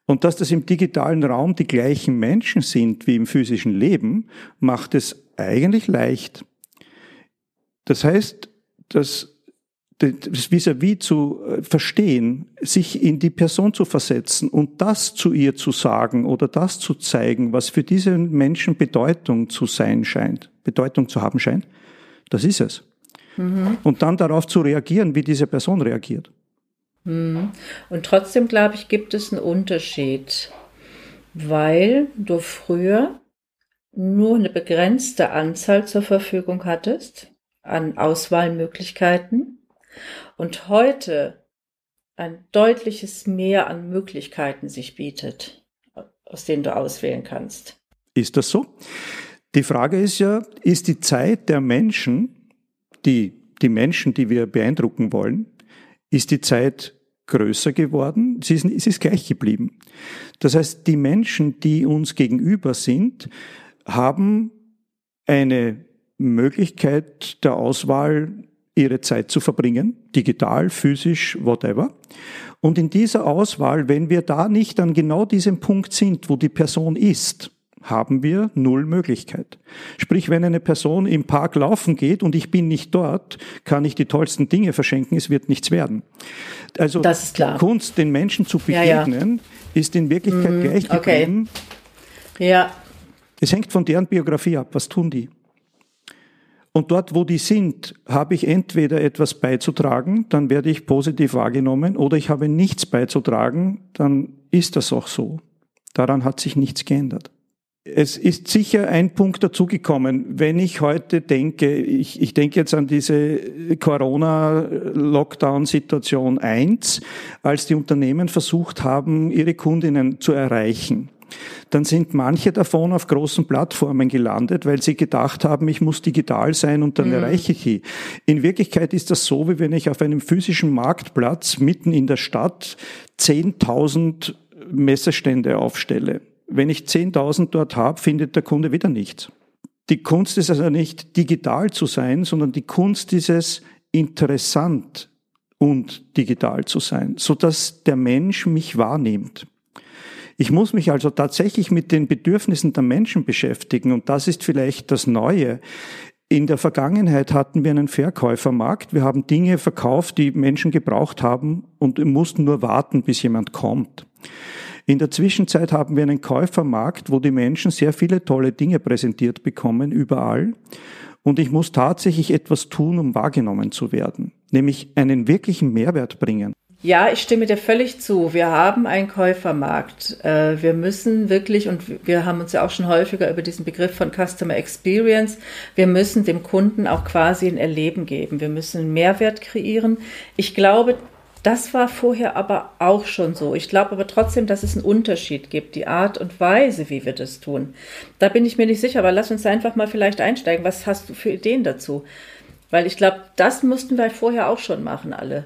Und dass das im digitalen Raum die gleichen Menschen sind wie im physischen Leben, macht es eigentlich leicht. Das heißt, dass das vis-à-vis zu verstehen, sich in die Person zu versetzen und das zu ihr zu sagen oder das zu zeigen, was für diesen Menschen Bedeutung zu sein scheint, Bedeutung zu haben scheint, das ist es. Mhm. Und dann darauf zu reagieren, wie diese Person reagiert. Mhm. Und trotzdem, glaube ich, gibt es einen Unterschied, weil du früher nur eine begrenzte Anzahl zur Verfügung hattest an Auswahlmöglichkeiten und heute ein deutliches Mehr an Möglichkeiten sich bietet, aus denen du auswählen kannst. Ist das so? Die Frage ist ja, ist die Zeit der Menschen, die, die Menschen, die wir beeindrucken wollen, ist die Zeit größer geworden? Sie ist, sie ist gleich geblieben. Das heißt, die Menschen, die uns gegenüber sind, haben eine Möglichkeit der Auswahl, ihre Zeit zu verbringen, digital, physisch, whatever. Und in dieser Auswahl, wenn wir da nicht an genau diesem Punkt sind, wo die Person ist, haben wir null Möglichkeit. Sprich, wenn eine Person im Park laufen geht und ich bin nicht dort, kann ich die tollsten Dinge verschenken, es wird nichts werden. Also das ist klar. Kunst, den Menschen zu begegnen, ja, ja. ist in Wirklichkeit mm, gleich geblieben. Okay. Ja. Es hängt von deren Biografie ab, was tun die? Und dort, wo die sind, habe ich entweder etwas beizutragen, dann werde ich positiv wahrgenommen, oder ich habe nichts beizutragen, dann ist das auch so. Daran hat sich nichts geändert. Es ist sicher ein Punkt dazugekommen, wenn ich heute denke, ich, ich denke jetzt an diese Corona-Lockdown-Situation eins, als die Unternehmen versucht haben, ihre Kundinnen zu erreichen. Dann sind manche davon auf großen Plattformen gelandet, weil sie gedacht haben, ich muss digital sein und dann mhm. erreiche ich die. In Wirklichkeit ist das so, wie wenn ich auf einem physischen Marktplatz mitten in der Stadt zehntausend Messestände aufstelle. Wenn ich zehntausend dort habe, findet der Kunde wieder nichts. Die Kunst ist also nicht digital zu sein, sondern die Kunst ist es, interessant und digital zu sein, sodass der Mensch mich wahrnimmt. Ich muss mich also tatsächlich mit den Bedürfnissen der Menschen beschäftigen, und das ist vielleicht das Neue. In der Vergangenheit hatten wir einen Verkäufermarkt. Wir haben Dinge verkauft, die Menschen gebraucht haben, und mussten nur warten, bis jemand kommt. In der Zwischenzeit haben wir einen Käufermarkt, wo die Menschen sehr viele tolle Dinge präsentiert bekommen, überall. Und ich muss tatsächlich etwas tun, um wahrgenommen zu werden, nämlich einen wirklichen Mehrwert bringen. Ja, ich stimme dir völlig zu. Wir haben einen Käufermarkt. Wir müssen wirklich, und wir haben uns ja auch schon häufiger über diesen Begriff von Customer Experience, wir müssen dem Kunden auch quasi ein Erleben geben. Wir müssen einen Mehrwert kreieren. Ich glaube, das war vorher aber auch schon so. Ich glaube aber trotzdem, dass es einen Unterschied gibt, die Art und Weise, wie wir das tun. Da bin ich mir nicht sicher, aber lass uns einfach mal vielleicht einsteigen. Was hast du für Ideen dazu? Weil ich glaube, das mussten wir vorher auch schon machen, alle.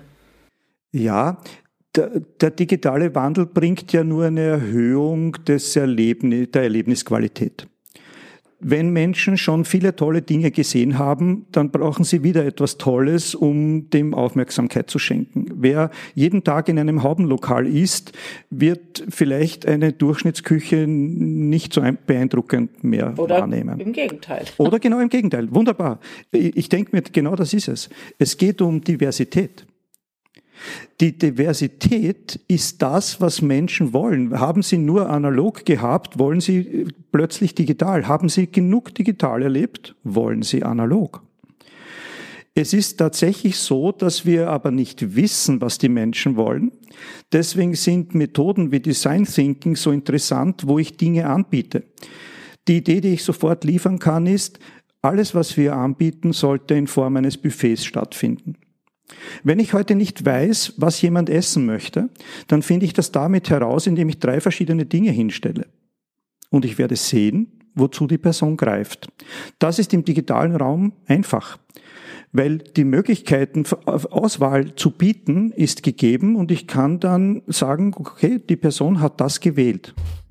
Ja, der, der digitale Wandel bringt ja nur eine Erhöhung des Erlebnis, der Erlebnisqualität. Wenn Menschen schon viele tolle Dinge gesehen haben, dann brauchen sie wieder etwas Tolles, um dem Aufmerksamkeit zu schenken. Wer jeden Tag in einem Haubenlokal isst, wird vielleicht eine Durchschnittsküche nicht so beeindruckend mehr Oder wahrnehmen. Oder im Gegenteil. Oder genau im Gegenteil. Wunderbar. Ich denke mir, genau das ist es. Es geht um Diversität. Die Diversität ist das, was Menschen wollen. Haben sie nur analog gehabt, wollen sie plötzlich digital. Haben sie genug digital erlebt, wollen sie analog. Es ist tatsächlich so, dass wir aber nicht wissen, was die Menschen wollen. Deswegen sind Methoden wie Design Thinking so interessant, wo ich Dinge anbiete. Die Idee, die ich sofort liefern kann, ist, alles, was wir anbieten, sollte in Form eines Buffets stattfinden. Wenn ich heute nicht weiß, was jemand essen möchte, dann finde ich das damit heraus, indem ich drei verschiedene Dinge hinstelle. Und ich werde sehen, wozu die Person greift. Das ist im digitalen Raum einfach. Weil die Möglichkeiten, Auswahl zu bieten, ist gegeben und ich kann dann sagen, okay, die Person hat das gewählt.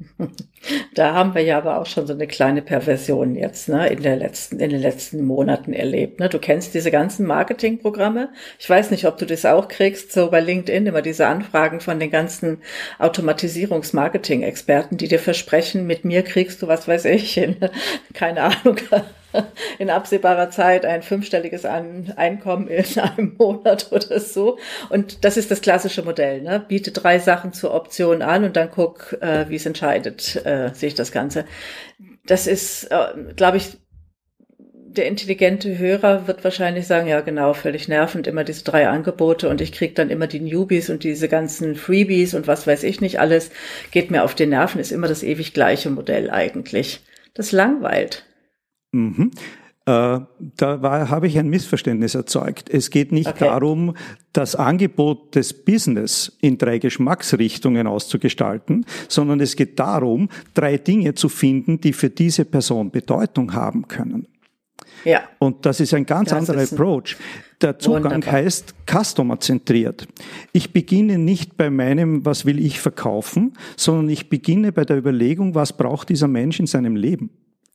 Da haben wir ja aber auch schon so eine kleine Perversion jetzt, ne, in der letzten, in den letzten Monaten erlebt, ne. Du kennst diese ganzen Marketingprogramme. Ich weiß nicht, ob du das auch kriegst, so bei LinkedIn immer diese Anfragen von den ganzen Automatisierungs-Marketing-Experten, die dir versprechen, mit mir kriegst du, was weiß ich, in, keine Ahnung, in absehbarer Zeit ein fünfstelliges Einkommen in einem Monat oder so. Und das ist das klassische Modell, ne? Biete drei Sachen zur Option an und dann guck, äh, wie es entscheidet, äh, sich das Ganze. Das ist, äh, glaube ich, der intelligente Hörer wird wahrscheinlich sagen, ja genau, völlig nervend, immer diese drei Angebote und ich krieg dann immer die Newbies und diese ganzen Freebies und was weiß ich nicht, alles geht mir auf den Nerven, ist immer das ewig gleiche Modell eigentlich. Das langweilt. Mhm. Äh, da war, habe ich ein Missverständnis erzeugt. Es geht nicht okay. darum, das Angebot des Business in drei Geschmacksrichtungen auszugestalten, sondern es geht darum, drei Dinge zu finden, die für diese Person Bedeutung haben können. Ja. Und das ist ein ganz das anderer Approach. Der Zugang wunderbar. Heißt customer-zentriert. Ich beginne nicht bei meinem, was will ich verkaufen, sondern ich beginne bei der Überlegung, was braucht dieser Mensch in seinem Leben.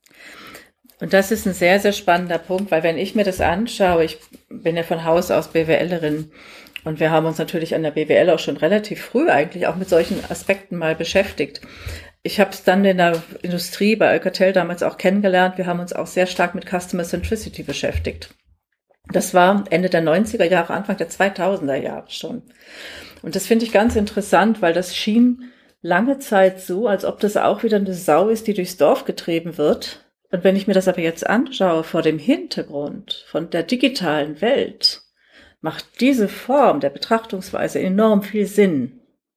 Und das ist ein sehr, sehr spannender Punkt, weil wenn ich mir das anschaue, ich bin ja von Haus aus BWLerin und wir haben uns natürlich an der B W L auch schon relativ früh eigentlich auch mit solchen Aspekten mal beschäftigt. Ich habe es dann in der Industrie bei Alcatel damals auch kennengelernt. Wir haben uns auch sehr stark mit Customer Centricity beschäftigt. Das war Ende der neunziger Jahre, Anfang der zweitausender Jahre schon. Und das finde ich ganz interessant, weil das schien lange Zeit so, als ob das auch wieder eine Sau ist, die durchs Dorf getrieben wird. Und wenn ich mir das aber jetzt anschaue vor dem Hintergrund von der digitalen Welt, macht diese Form der Betrachtungsweise enorm viel Sinn.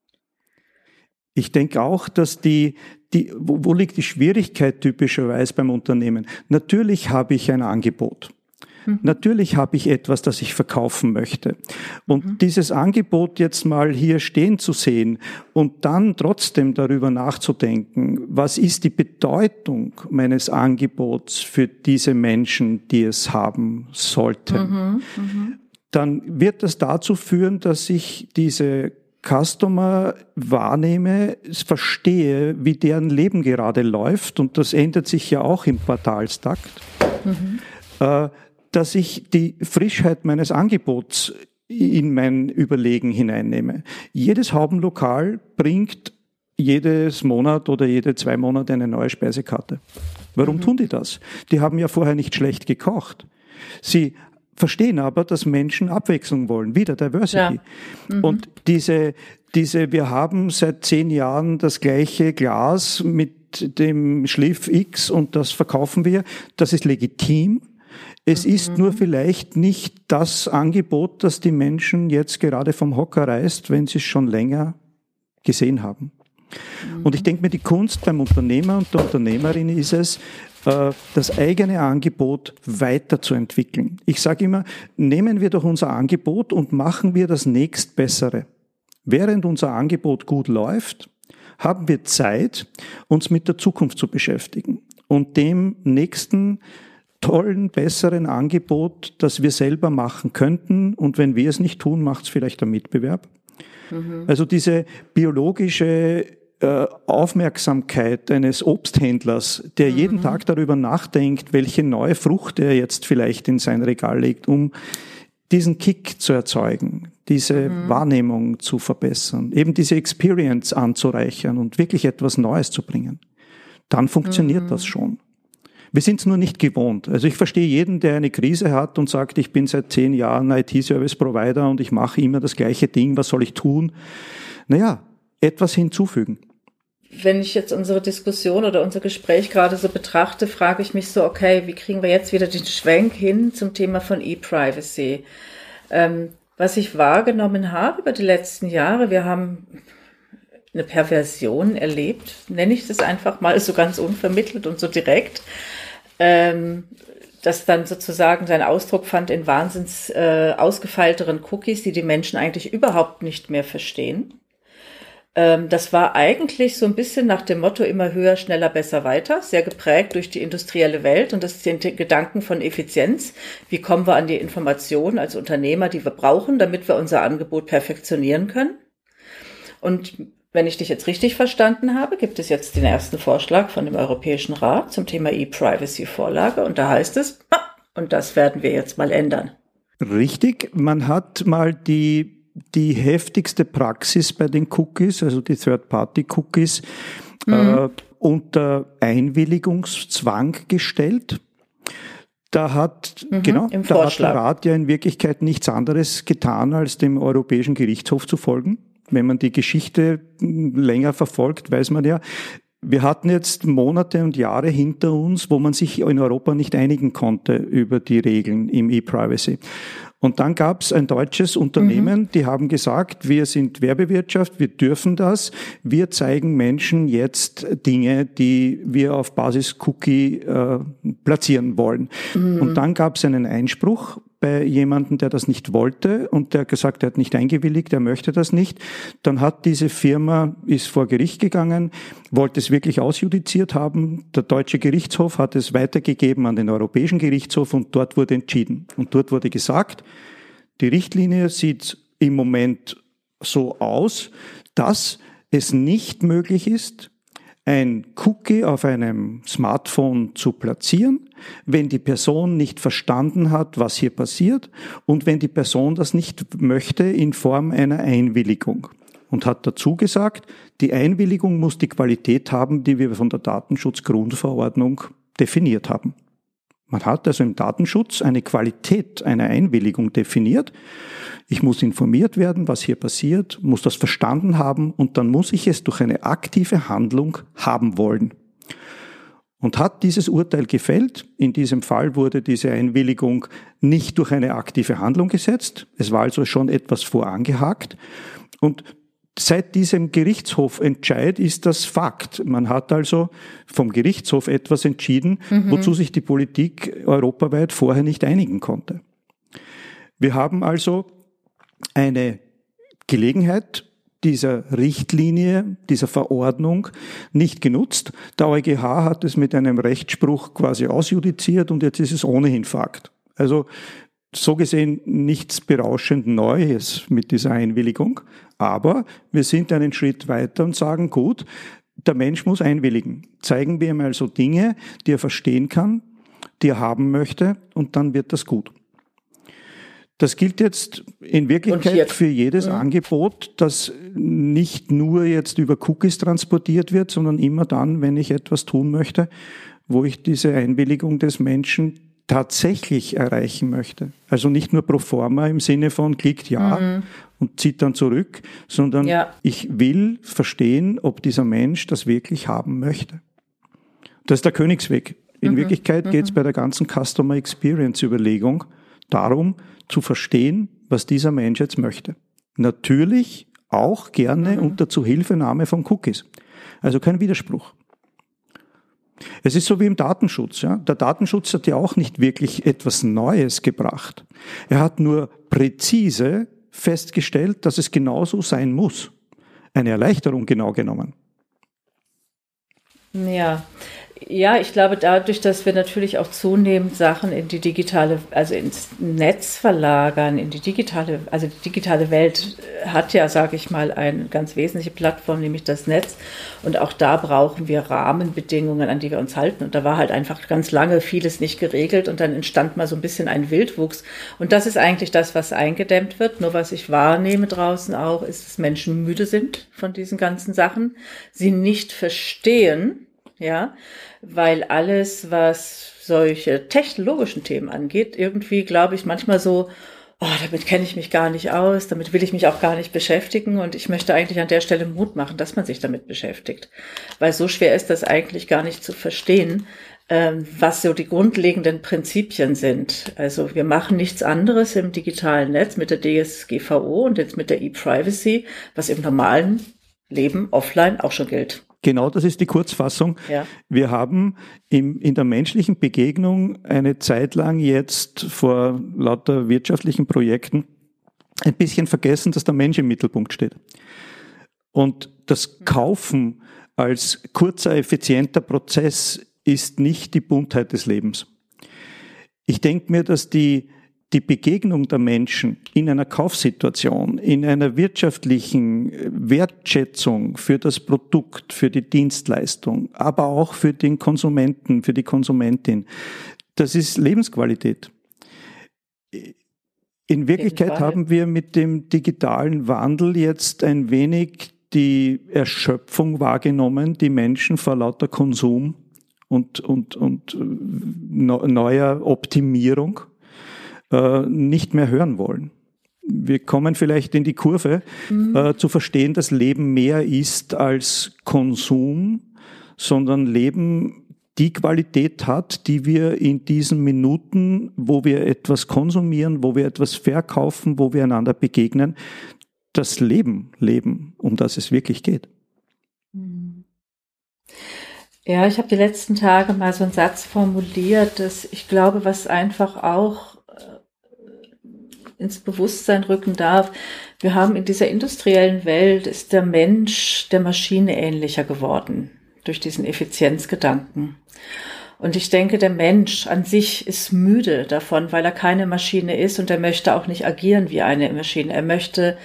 Ich denke auch, dass die, die, wo, wo liegt die Schwierigkeit typischerweise beim Unternehmen? Natürlich habe ich ein Angebot. Mhm. Natürlich habe ich etwas, das ich verkaufen möchte. Und mhm. dieses Angebot jetzt mal hier stehen zu sehen und dann trotzdem darüber nachzudenken, was ist die Bedeutung meines Angebots für diese Menschen, die es haben sollten, mhm. Mhm. dann wird das dazu führen, dass ich diese Customer wahrnehme, verstehe, wie deren Leben gerade läuft, und das ändert sich ja auch im Quartalstakt, mhm. äh, dass ich die Frischheit meines Angebots in mein Überlegen hineinnehme. Jedes Haubenlokal bringt jedes Monat oder jede zwei Monate eine neue Speisekarte. Warum mhm. tun die das? Die haben ja vorher nicht schlecht gekocht. Sie verstehen aber, dass Menschen Abwechslung wollen, wieder Diversity. Ja. Mhm. Und diese, diese, wir haben seit zehn Jahren das gleiche Glas mit dem Schliff X und das verkaufen wir, das ist legitim. Es mhm. ist nur vielleicht nicht das Angebot, das die Menschen jetzt gerade vom Hocker reißt, wenn sie es schon länger gesehen haben. Mhm. Und ich denke mir, die Kunst beim Unternehmer und der Unternehmerin ist es, das eigene Angebot weiterzuentwickeln. Ich sage immer, nehmen wir doch unser Angebot und machen wir das nächstbessere. Während unser Angebot gut läuft, haben wir Zeit, uns mit der Zukunft zu beschäftigen und dem nächsten tollen, besseren Angebot, das wir selber machen könnten. Und wenn wir es nicht tun, macht es vielleicht der Mitbewerb. Mhm. Also diese biologische Aufmerksamkeit eines Obsthändlers, der mhm. jeden Tag darüber nachdenkt, welche neue Frucht er jetzt vielleicht in sein Regal legt, um diesen Kick zu erzeugen, diese mhm. Wahrnehmung zu verbessern, eben diese Experience anzureichern und wirklich etwas Neues zu bringen. Dann funktioniert mhm. das schon. Wir sind es nur nicht gewohnt. Also ich verstehe jeden, der eine Krise hat und sagt, ich bin seit zehn Jahren I T-Service-Provider und ich mache immer das gleiche Ding, was soll ich tun? Naja, etwas hinzufügen. Wenn ich jetzt unsere Diskussion oder unser Gespräch gerade so betrachte, frage ich mich so, okay, wie kriegen wir jetzt wieder den Schwenk hin zum Thema von E-Privacy? Ähm, was ich wahrgenommen habe über die letzten Jahre, wir haben eine Perversion erlebt, nenne ich das einfach mal so ganz unvermittelt und so direkt, ähm, das dann sozusagen seinen Ausdruck fand in wahnsinns äh, ausgefeilteren Cookies, die die Menschen eigentlich überhaupt nicht mehr verstehen. Ähm, das war eigentlich so ein bisschen nach dem Motto immer höher, schneller, besser, weiter, sehr geprägt durch die industrielle Welt und das sind die Gedanken von Effizienz. Wie kommen wir an die Informationen als Unternehmer, die wir brauchen, damit wir unser Angebot perfektionieren können? Und wenn ich dich jetzt richtig verstanden habe, gibt es jetzt den ersten Vorschlag von dem Europäischen Rat zum Thema E-Privacy-Vorlage und da heißt es, und das werden wir jetzt mal ändern. Richtig, man hat mal die die heftigste Praxis bei den Cookies, also die Third-Party-Cookies, mhm. äh, unter Einwilligungszwang gestellt. Da hat, mhm, genau, da hat der Rat ja in Wirklichkeit nichts anderes getan, als dem Europäischen Gerichtshof zu folgen. Wenn man die Geschichte länger verfolgt, weiß man ja, wir hatten jetzt Monate und Jahre hinter uns, wo man sich in Europa nicht einigen konnte über die Regeln im E-Privacy. Und dann gab es ein deutsches Unternehmen, mhm. die haben gesagt, wir sind Werbewirtschaft, wir dürfen das, wir zeigen Menschen jetzt Dinge, die wir auf Basis Cookie äh, platzieren wollen. Mhm. Und dann gab es einen Einspruch bei jemandem, der das nicht wollte und der gesagt, er hat nicht eingewilligt, er möchte das nicht. Dann hat diese Firma, ist vor Gericht gegangen, wollte es wirklich ausjudiziert haben. Der deutsche Gerichtshof hat es weitergegeben an den Europäischen Gerichtshof und dort wurde entschieden. Und dort wurde gesagt, die Richtlinie sieht im Moment so aus, dass es nicht möglich ist, ein Cookie auf einem Smartphone zu platzieren, wenn die Person nicht verstanden hat, was hier passiert und wenn die Person das nicht möchte in Form einer Einwilligung. Und hat dazu gesagt, die Einwilligung muss die Qualität haben, die wir von der Datenschutzgrundverordnung definiert haben. Man hat also im Datenschutz eine Qualität einer Einwilligung definiert. Ich muss informiert werden, was hier passiert, muss das verstanden haben und dann muss ich es durch eine aktive Handlung haben wollen. Und hat dieses Urteil gefällt, in diesem Fall wurde diese Einwilligung nicht durch eine aktive Handlung gesetzt, es war also schon etwas vorangehakt und seit diesem Gerichtshofentscheid ist das Fakt. Man hat also vom Gerichtshof etwas entschieden, mhm. wozu sich die Politik europaweit vorher nicht einigen konnte. Wir haben also eine Gelegenheit dieser Richtlinie, dieser Verordnung nicht genutzt. Der EuGH hat es mit einem Rechtsspruch quasi ausjudiziert und jetzt ist es ohnehin Fakt. Also so gesehen nichts berauschend Neues mit dieser Einwilligung, aber wir sind einen Schritt weiter und sagen, gut, der Mensch muss einwilligen. Zeigen wir ihm also Dinge, die er verstehen kann, die er haben möchte und dann wird das gut. Das gilt jetzt in Wirklichkeit für jedes ja. Angebot, das nicht nur jetzt über Cookies transportiert wird, sondern immer dann, wenn ich etwas tun möchte, wo ich diese Einwilligung des Menschen tatsächlich erreichen möchte. Also nicht nur pro forma im Sinne von klickt ja mhm. und zieht dann zurück, sondern ja. ich will verstehen, ob dieser Mensch das wirklich haben möchte. Das ist der Königsweg. In mhm. Wirklichkeit mhm. geht es bei der ganzen Customer Experience Überlegung darum, zu verstehen, was dieser Mensch jetzt möchte. Natürlich auch gerne mhm. unter Zuhilfenahme von Cookies. Also kein Widerspruch. Es ist so wie im Datenschutz. Ja? Der Datenschutz hat ja auch nicht wirklich etwas Neues gebracht. Er hat nur präzise festgestellt, dass es genauso sein muss. Eine Erleichterung genau genommen. Ja. Ja, ich glaube, dadurch, dass wir natürlich auch zunehmend Sachen in die digitale, also ins Netz verlagern, in die digitale, also die digitale Welt hat ja, sage ich mal, eine ganz wesentliche Plattform, nämlich das Netz. Und auch da brauchen wir Rahmenbedingungen, an die wir uns halten. Und da war halt einfach ganz lange vieles nicht geregelt und dann entstand mal so ein bisschen ein Wildwuchs. Und das ist eigentlich das, was eingedämmt wird. Nur was ich wahrnehme draußen auch, ist, dass Menschen müde sind von diesen ganzen Sachen, sie nicht verstehen, ja, weil alles, was solche technologischen Themen angeht, irgendwie glaube ich manchmal so, oh, damit kenne ich mich gar nicht aus, damit will ich mich auch gar nicht beschäftigen und ich möchte eigentlich an der Stelle Mut machen, dass man sich damit beschäftigt, weil so schwer ist das eigentlich gar nicht zu verstehen, ähm, was so die grundlegenden Prinzipien sind. Also wir machen nichts anderes im digitalen Netz mit der D S G V O und jetzt mit der E-Privacy, was im normalen Leben offline auch schon gilt. Genau, das ist die Kurzfassung. Ja. Wir haben im, in der menschlichen Begegnung eine Zeit lang jetzt vor lauter wirtschaftlichen Projekten ein bisschen vergessen, dass der Mensch im Mittelpunkt steht. Und das Kaufen als kurzer, effizienter Prozess ist nicht die Buntheit des Lebens. Ich denke mir, dass die, die Begegnung der Menschen in einer Kaufsituation, in einer wirtschaftlichen Wertschätzung für das Produkt, für die Dienstleistung, aber auch für den Konsumenten, für die Konsumentin, das ist Lebensqualität. In Wirklichkeit haben wir mit dem digitalen Wandel jetzt ein wenig die Erschöpfung wahrgenommen, die Menschen vor lauter Konsum und, und, und neuer Optimierung äh, nicht mehr hören wollen. Wir kommen vielleicht in die Kurve, mhm. äh, zu verstehen, dass Leben mehr ist als Konsum, sondern Leben die Qualität hat, die wir in diesen Minuten, wo wir etwas konsumieren, wo wir etwas verkaufen, wo wir einander begegnen, das Leben leben, um das es wirklich geht. Ja, ich habe die letzten Tage mal so einen Satz formuliert, dass ich glaube, was einfach auch ins Bewusstsein rücken darf, wir haben in dieser industriellen Welt, ist der Mensch der Maschine ähnlicher geworden durch diesen Effizienzgedanken. Und ich denke, der Mensch an sich ist müde davon, weil er keine Maschine ist und er möchte auch nicht agieren wie eine Maschine. Er möchte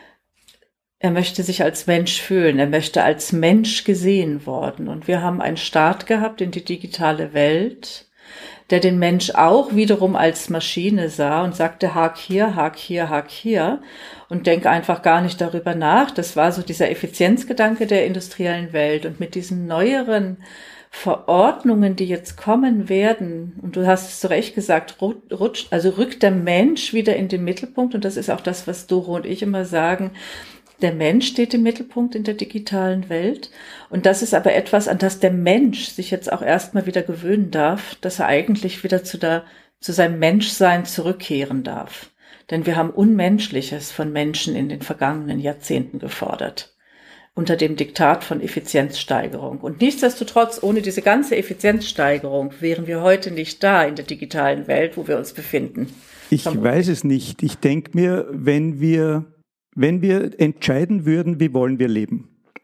Er möchte sich als Mensch fühlen, er möchte als Mensch gesehen worden. Und wir haben einen Start gehabt in die digitale Welt, der den Mensch auch wiederum als Maschine sah und sagte, hak hier, hak hier, hak hier und denk einfach gar nicht darüber nach. Das war so dieser Effizienzgedanke der industriellen Welt. Und mit diesen neueren Verordnungen, die jetzt kommen werden, und du hast es zu Recht gesagt, rutscht, also rückt der Mensch wieder in den Mittelpunkt. Und das ist auch das, was Doro und ich immer sagen, der Mensch steht im Mittelpunkt in der digitalen Welt. Und das ist aber etwas, an das der Mensch sich jetzt auch erstmal wieder gewöhnen darf, dass er eigentlich wieder zu der, zu seinem Menschsein zurückkehren darf. Denn wir haben Unmenschliches von Menschen in den vergangenen Jahrzehnten gefordert. Unter dem Diktat von Effizienzsteigerung. Und nichtsdestotrotz, ohne diese ganze Effizienzsteigerung wären wir heute nicht da in der digitalen Welt, wo wir uns befinden. Ich weiß es nicht. Ich denke mir, wenn wir Wenn wir entscheiden würden, wie wollen wir leben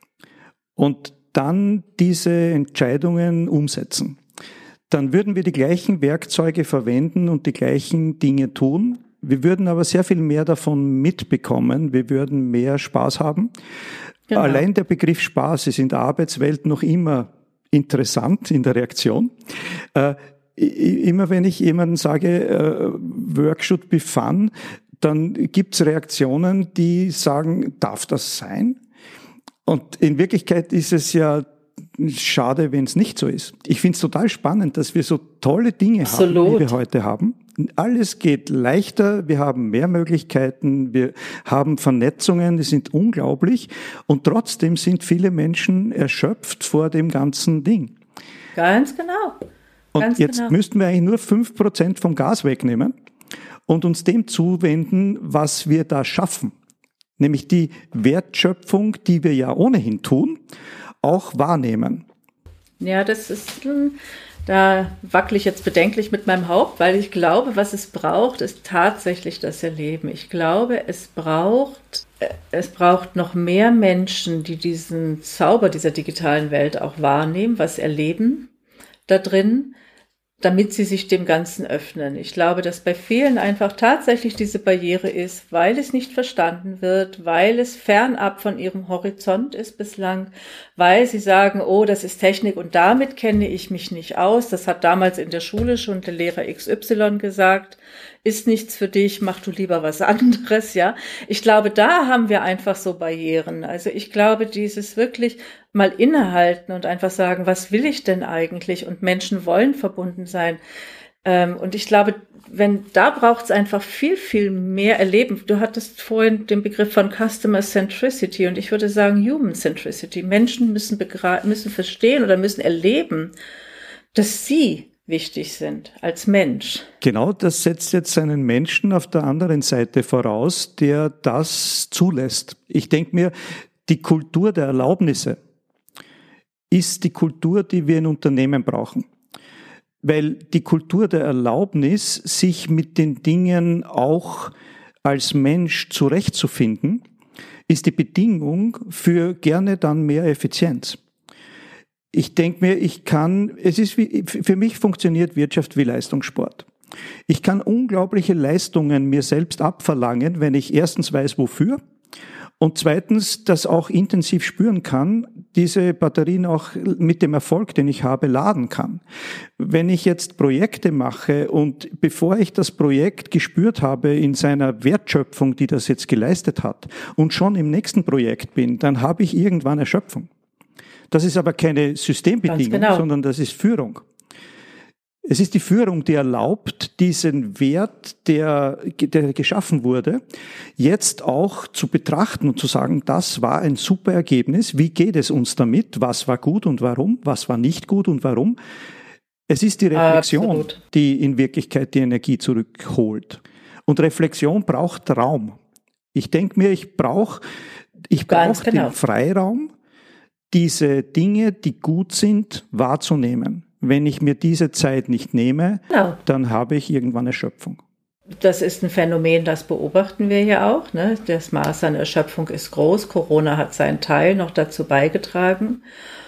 und dann diese Entscheidungen umsetzen, dann würden wir die gleichen Werkzeuge verwenden und die gleichen Dinge tun. Wir würden aber sehr viel mehr davon mitbekommen. Wir würden mehr Spaß haben. Genau. Allein der Begriff Spaß ist in der Arbeitswelt noch immer interessant in der Reaktion. Äh, immer wenn ich jemandem sage, äh, Work should be fun, dann gibt's Reaktionen, die sagen, darf das sein? Und in Wirklichkeit ist es ja schade, wenn es nicht so ist. Ich finde es total spannend, dass wir so tolle Dinge Absolut. haben, die wir heute haben. Alles geht leichter, wir haben mehr Möglichkeiten, wir haben Vernetzungen, die sind unglaublich. Und trotzdem sind viele Menschen erschöpft vor dem ganzen Ding. Ganz genau. Und Ganz jetzt genau. müssten wir eigentlich nur fünf Prozent vom Gas wegnehmen und uns dem zuwenden, was wir da schaffen. Nämlich die Wertschöpfung, die wir ja ohnehin tun, auch wahrnehmen. Ja, das ist, da wackele ich jetzt bedenklich mit meinem Haupt, weil ich glaube, was es braucht, ist tatsächlich das Erleben. Ich glaube, es braucht, es braucht noch mehr Menschen, die diesen Zauber dieser digitalen Welt auch wahrnehmen, was erleben da drin, damit sie sich dem Ganzen öffnen. Ich glaube, dass bei vielen einfach tatsächlich diese Barriere ist, weil es nicht verstanden wird, weil es fernab von ihrem Horizont ist bislang, weil sie sagen, oh, das ist Technik und damit kenne ich mich nicht aus. Das hat damals in der Schule schon der Lehrer X Y gesagt. Ist nichts für dich, mach du lieber was anderes, ja. Ich glaube, da haben wir einfach so Barrieren. Also ich glaube, dieses wirklich mal innehalten und einfach sagen, was will ich denn eigentlich? Und Menschen wollen verbunden sein. Und ich glaube, wenn, da braucht es einfach viel, viel mehr Erleben. Du hattest vorhin den Begriff von Customer Centricity und ich würde sagen Human Centricity. Menschen müssen begra- müssen verstehen oder müssen erleben, dass sie wichtig sind als Mensch. Genau, das setzt jetzt einen Menschen auf der anderen Seite voraus, der das zulässt. Ich denke mir, die Kultur der Erlaubnisse ist die Kultur, die wir in Unternehmen brauchen. Weil die Kultur der Erlaubnis, sich mit den Dingen auch als Mensch zurechtzufinden, ist die Bedingung für gerne dann mehr Effizienz. Ich denke mir, ich kann, es ist wie, für mich funktioniert Wirtschaft wie Leistungssport. Ich kann unglaubliche Leistungen mir selbst abverlangen, wenn ich erstens weiß, wofür, und zweitens das auch intensiv spüren kann, diese Batterien auch mit dem Erfolg, den ich habe, laden kann. Wenn ich jetzt Projekte mache und bevor ich das Projekt gespürt habe in seiner Wertschöpfung, die das jetzt geleistet hat, und schon im nächsten Projekt bin, dann habe ich irgendwann Erschöpfung. Das ist aber keine Systembedingung, genau, sondern das ist Führung. Es ist die Führung, die erlaubt, diesen Wert, der, der geschaffen wurde, jetzt auch zu betrachten und zu sagen, das war ein super Ergebnis. Wie geht es uns damit? Was war gut und warum? Was war nicht gut und warum? Es ist die Reflexion, Absolut. die in Wirklichkeit die Energie zurückholt. Und Reflexion braucht Raum. Ich denke mir, ich brauche, ich brauche genau. den Freiraum, diese Dinge, die gut sind, wahrzunehmen. Wenn ich mir diese Zeit nicht nehme, genau. dann habe ich irgendwann Erschöpfung. Das ist ein Phänomen, das beobachten wir ja auch. Ne? Das Maß an Erschöpfung ist groß. Corona hat seinen Teil noch dazu beigetragen.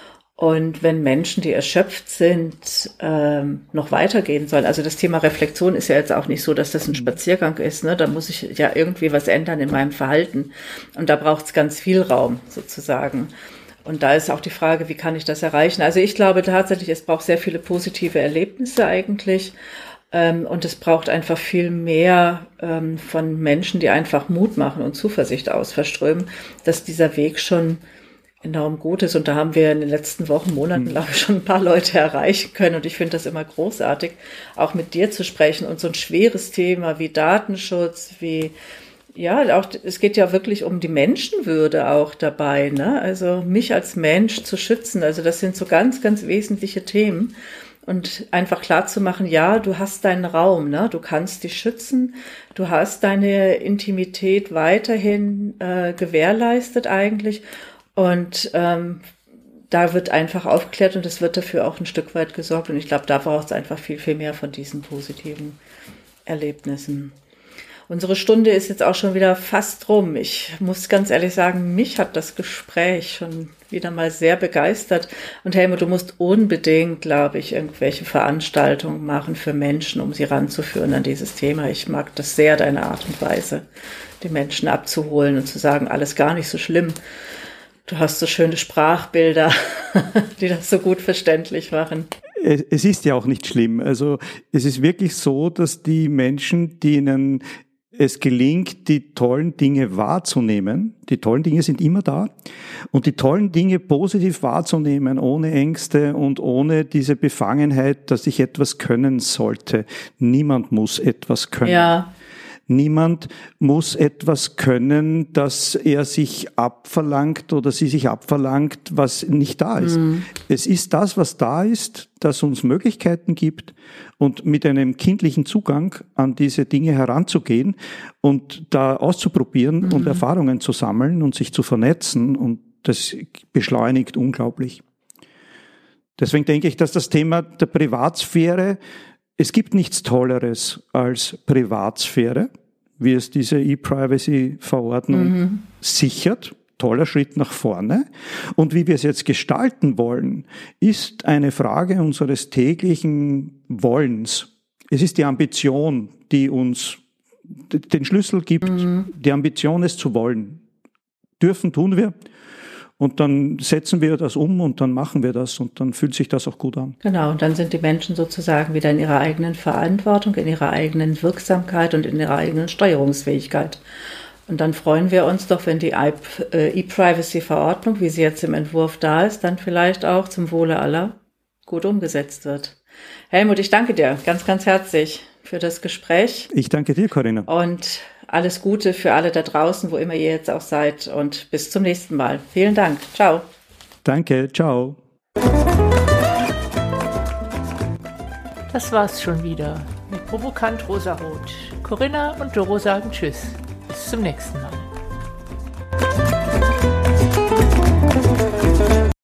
Und wenn Menschen, die erschöpft sind, ähm, noch weitergehen sollen, also das Thema Reflexion ist ja jetzt auch nicht so, dass das ein Spaziergang ist. Ne? Da muss ich ja irgendwie was ändern in meinem Verhalten. Und da braucht es ganz viel Raum sozusagen. Und da ist auch die Frage, wie kann ich das erreichen? Also ich glaube tatsächlich, es braucht sehr viele positive Erlebnisse eigentlich. Ähm, und es braucht einfach viel mehr ähm, von Menschen, die einfach Mut machen und Zuversicht ausverströmen, dass dieser Weg schon enorm gut ist. Und da haben wir in den letzten Wochen, Monaten, mhm. glaube ich, schon ein paar Leute erreichen können. Und ich finde das immer großartig, auch mit dir zu sprechen. Und so ein schweres Thema wie Datenschutz, wie Ja, auch, es geht ja wirklich um die Menschenwürde auch dabei, ne? Also mich als Mensch zu schützen. Also das sind so ganz, ganz wesentliche Themen. Und einfach klar zu machen, ja, du hast deinen Raum, ne? Du kannst dich schützen. Du hast deine Intimität weiterhin äh, gewährleistet eigentlich. Und ähm, da wird einfach aufgeklärt und es wird dafür auch ein Stück weit gesorgt. Und ich glaube, da braucht es einfach viel, viel mehr von diesen positiven Erlebnissen. Unsere Stunde ist jetzt auch schon wieder fast rum. Ich muss ganz ehrlich sagen, mich hat das Gespräch schon wieder mal sehr begeistert. Und Helmut, du musst unbedingt, glaube ich, irgendwelche Veranstaltungen machen für Menschen, um sie ranzuführen an dieses Thema. Ich mag das sehr, deine Art und Weise, die Menschen abzuholen und zu sagen, alles gar nicht so schlimm. Du hast so schöne Sprachbilder, die das so gut verständlich machen. Es ist ja auch nicht schlimm. Also es ist wirklich so, dass die Menschen, denen es gelingt, die tollen Dinge wahrzunehmen. Die tollen Dinge sind immer da. Und die tollen Dinge positiv wahrzunehmen, ohne Ängste und ohne diese Befangenheit, dass ich etwas können sollte. Niemand muss etwas können. Ja. Niemand muss etwas können, das er sich abverlangt oder sie sich abverlangt, was nicht da ist. Mhm. Es ist das, was da ist, das uns Möglichkeiten gibt und mit einem kindlichen Zugang an diese Dinge heranzugehen und da auszuprobieren mhm. und Erfahrungen zu sammeln und sich zu vernetzen, und das beschleunigt unglaublich. Deswegen denke ich, dass das Thema der Privatsphäre, es gibt nichts Tolleres als Privatsphäre, wie es diese E-Privacy-Verordnung mhm. sichert. Toller Schritt nach vorne. Und wie wir es jetzt gestalten wollen, ist eine Frage unseres täglichen Wollens. Es ist die Ambition, die uns den Schlüssel gibt. Mhm. Die Ambition, es zu wollen. Dürfen tun wir. Und dann setzen wir das um und dann machen wir das und dann fühlt sich das auch gut an. Genau, und dann sind die Menschen sozusagen wieder in ihrer eigenen Verantwortung, in ihrer eigenen Wirksamkeit und in ihrer eigenen Steuerungsfähigkeit. Und dann freuen wir uns doch, wenn die E-Privacy-Verordnung, wie sie jetzt im Entwurf da ist, dann vielleicht auch zum Wohle aller gut umgesetzt wird. Helmut, ich danke dir ganz, ganz herzlich für das Gespräch. Ich danke dir, Corinna. Und alles Gute für alle da draußen, wo immer ihr jetzt auch seid, und bis zum nächsten Mal. Vielen Dank. Ciao. Danke. Ciao. Das war's schon wieder mit Provokant Rosarot. Corinna und Doro sagen Tschüss. Bis zum nächsten Mal.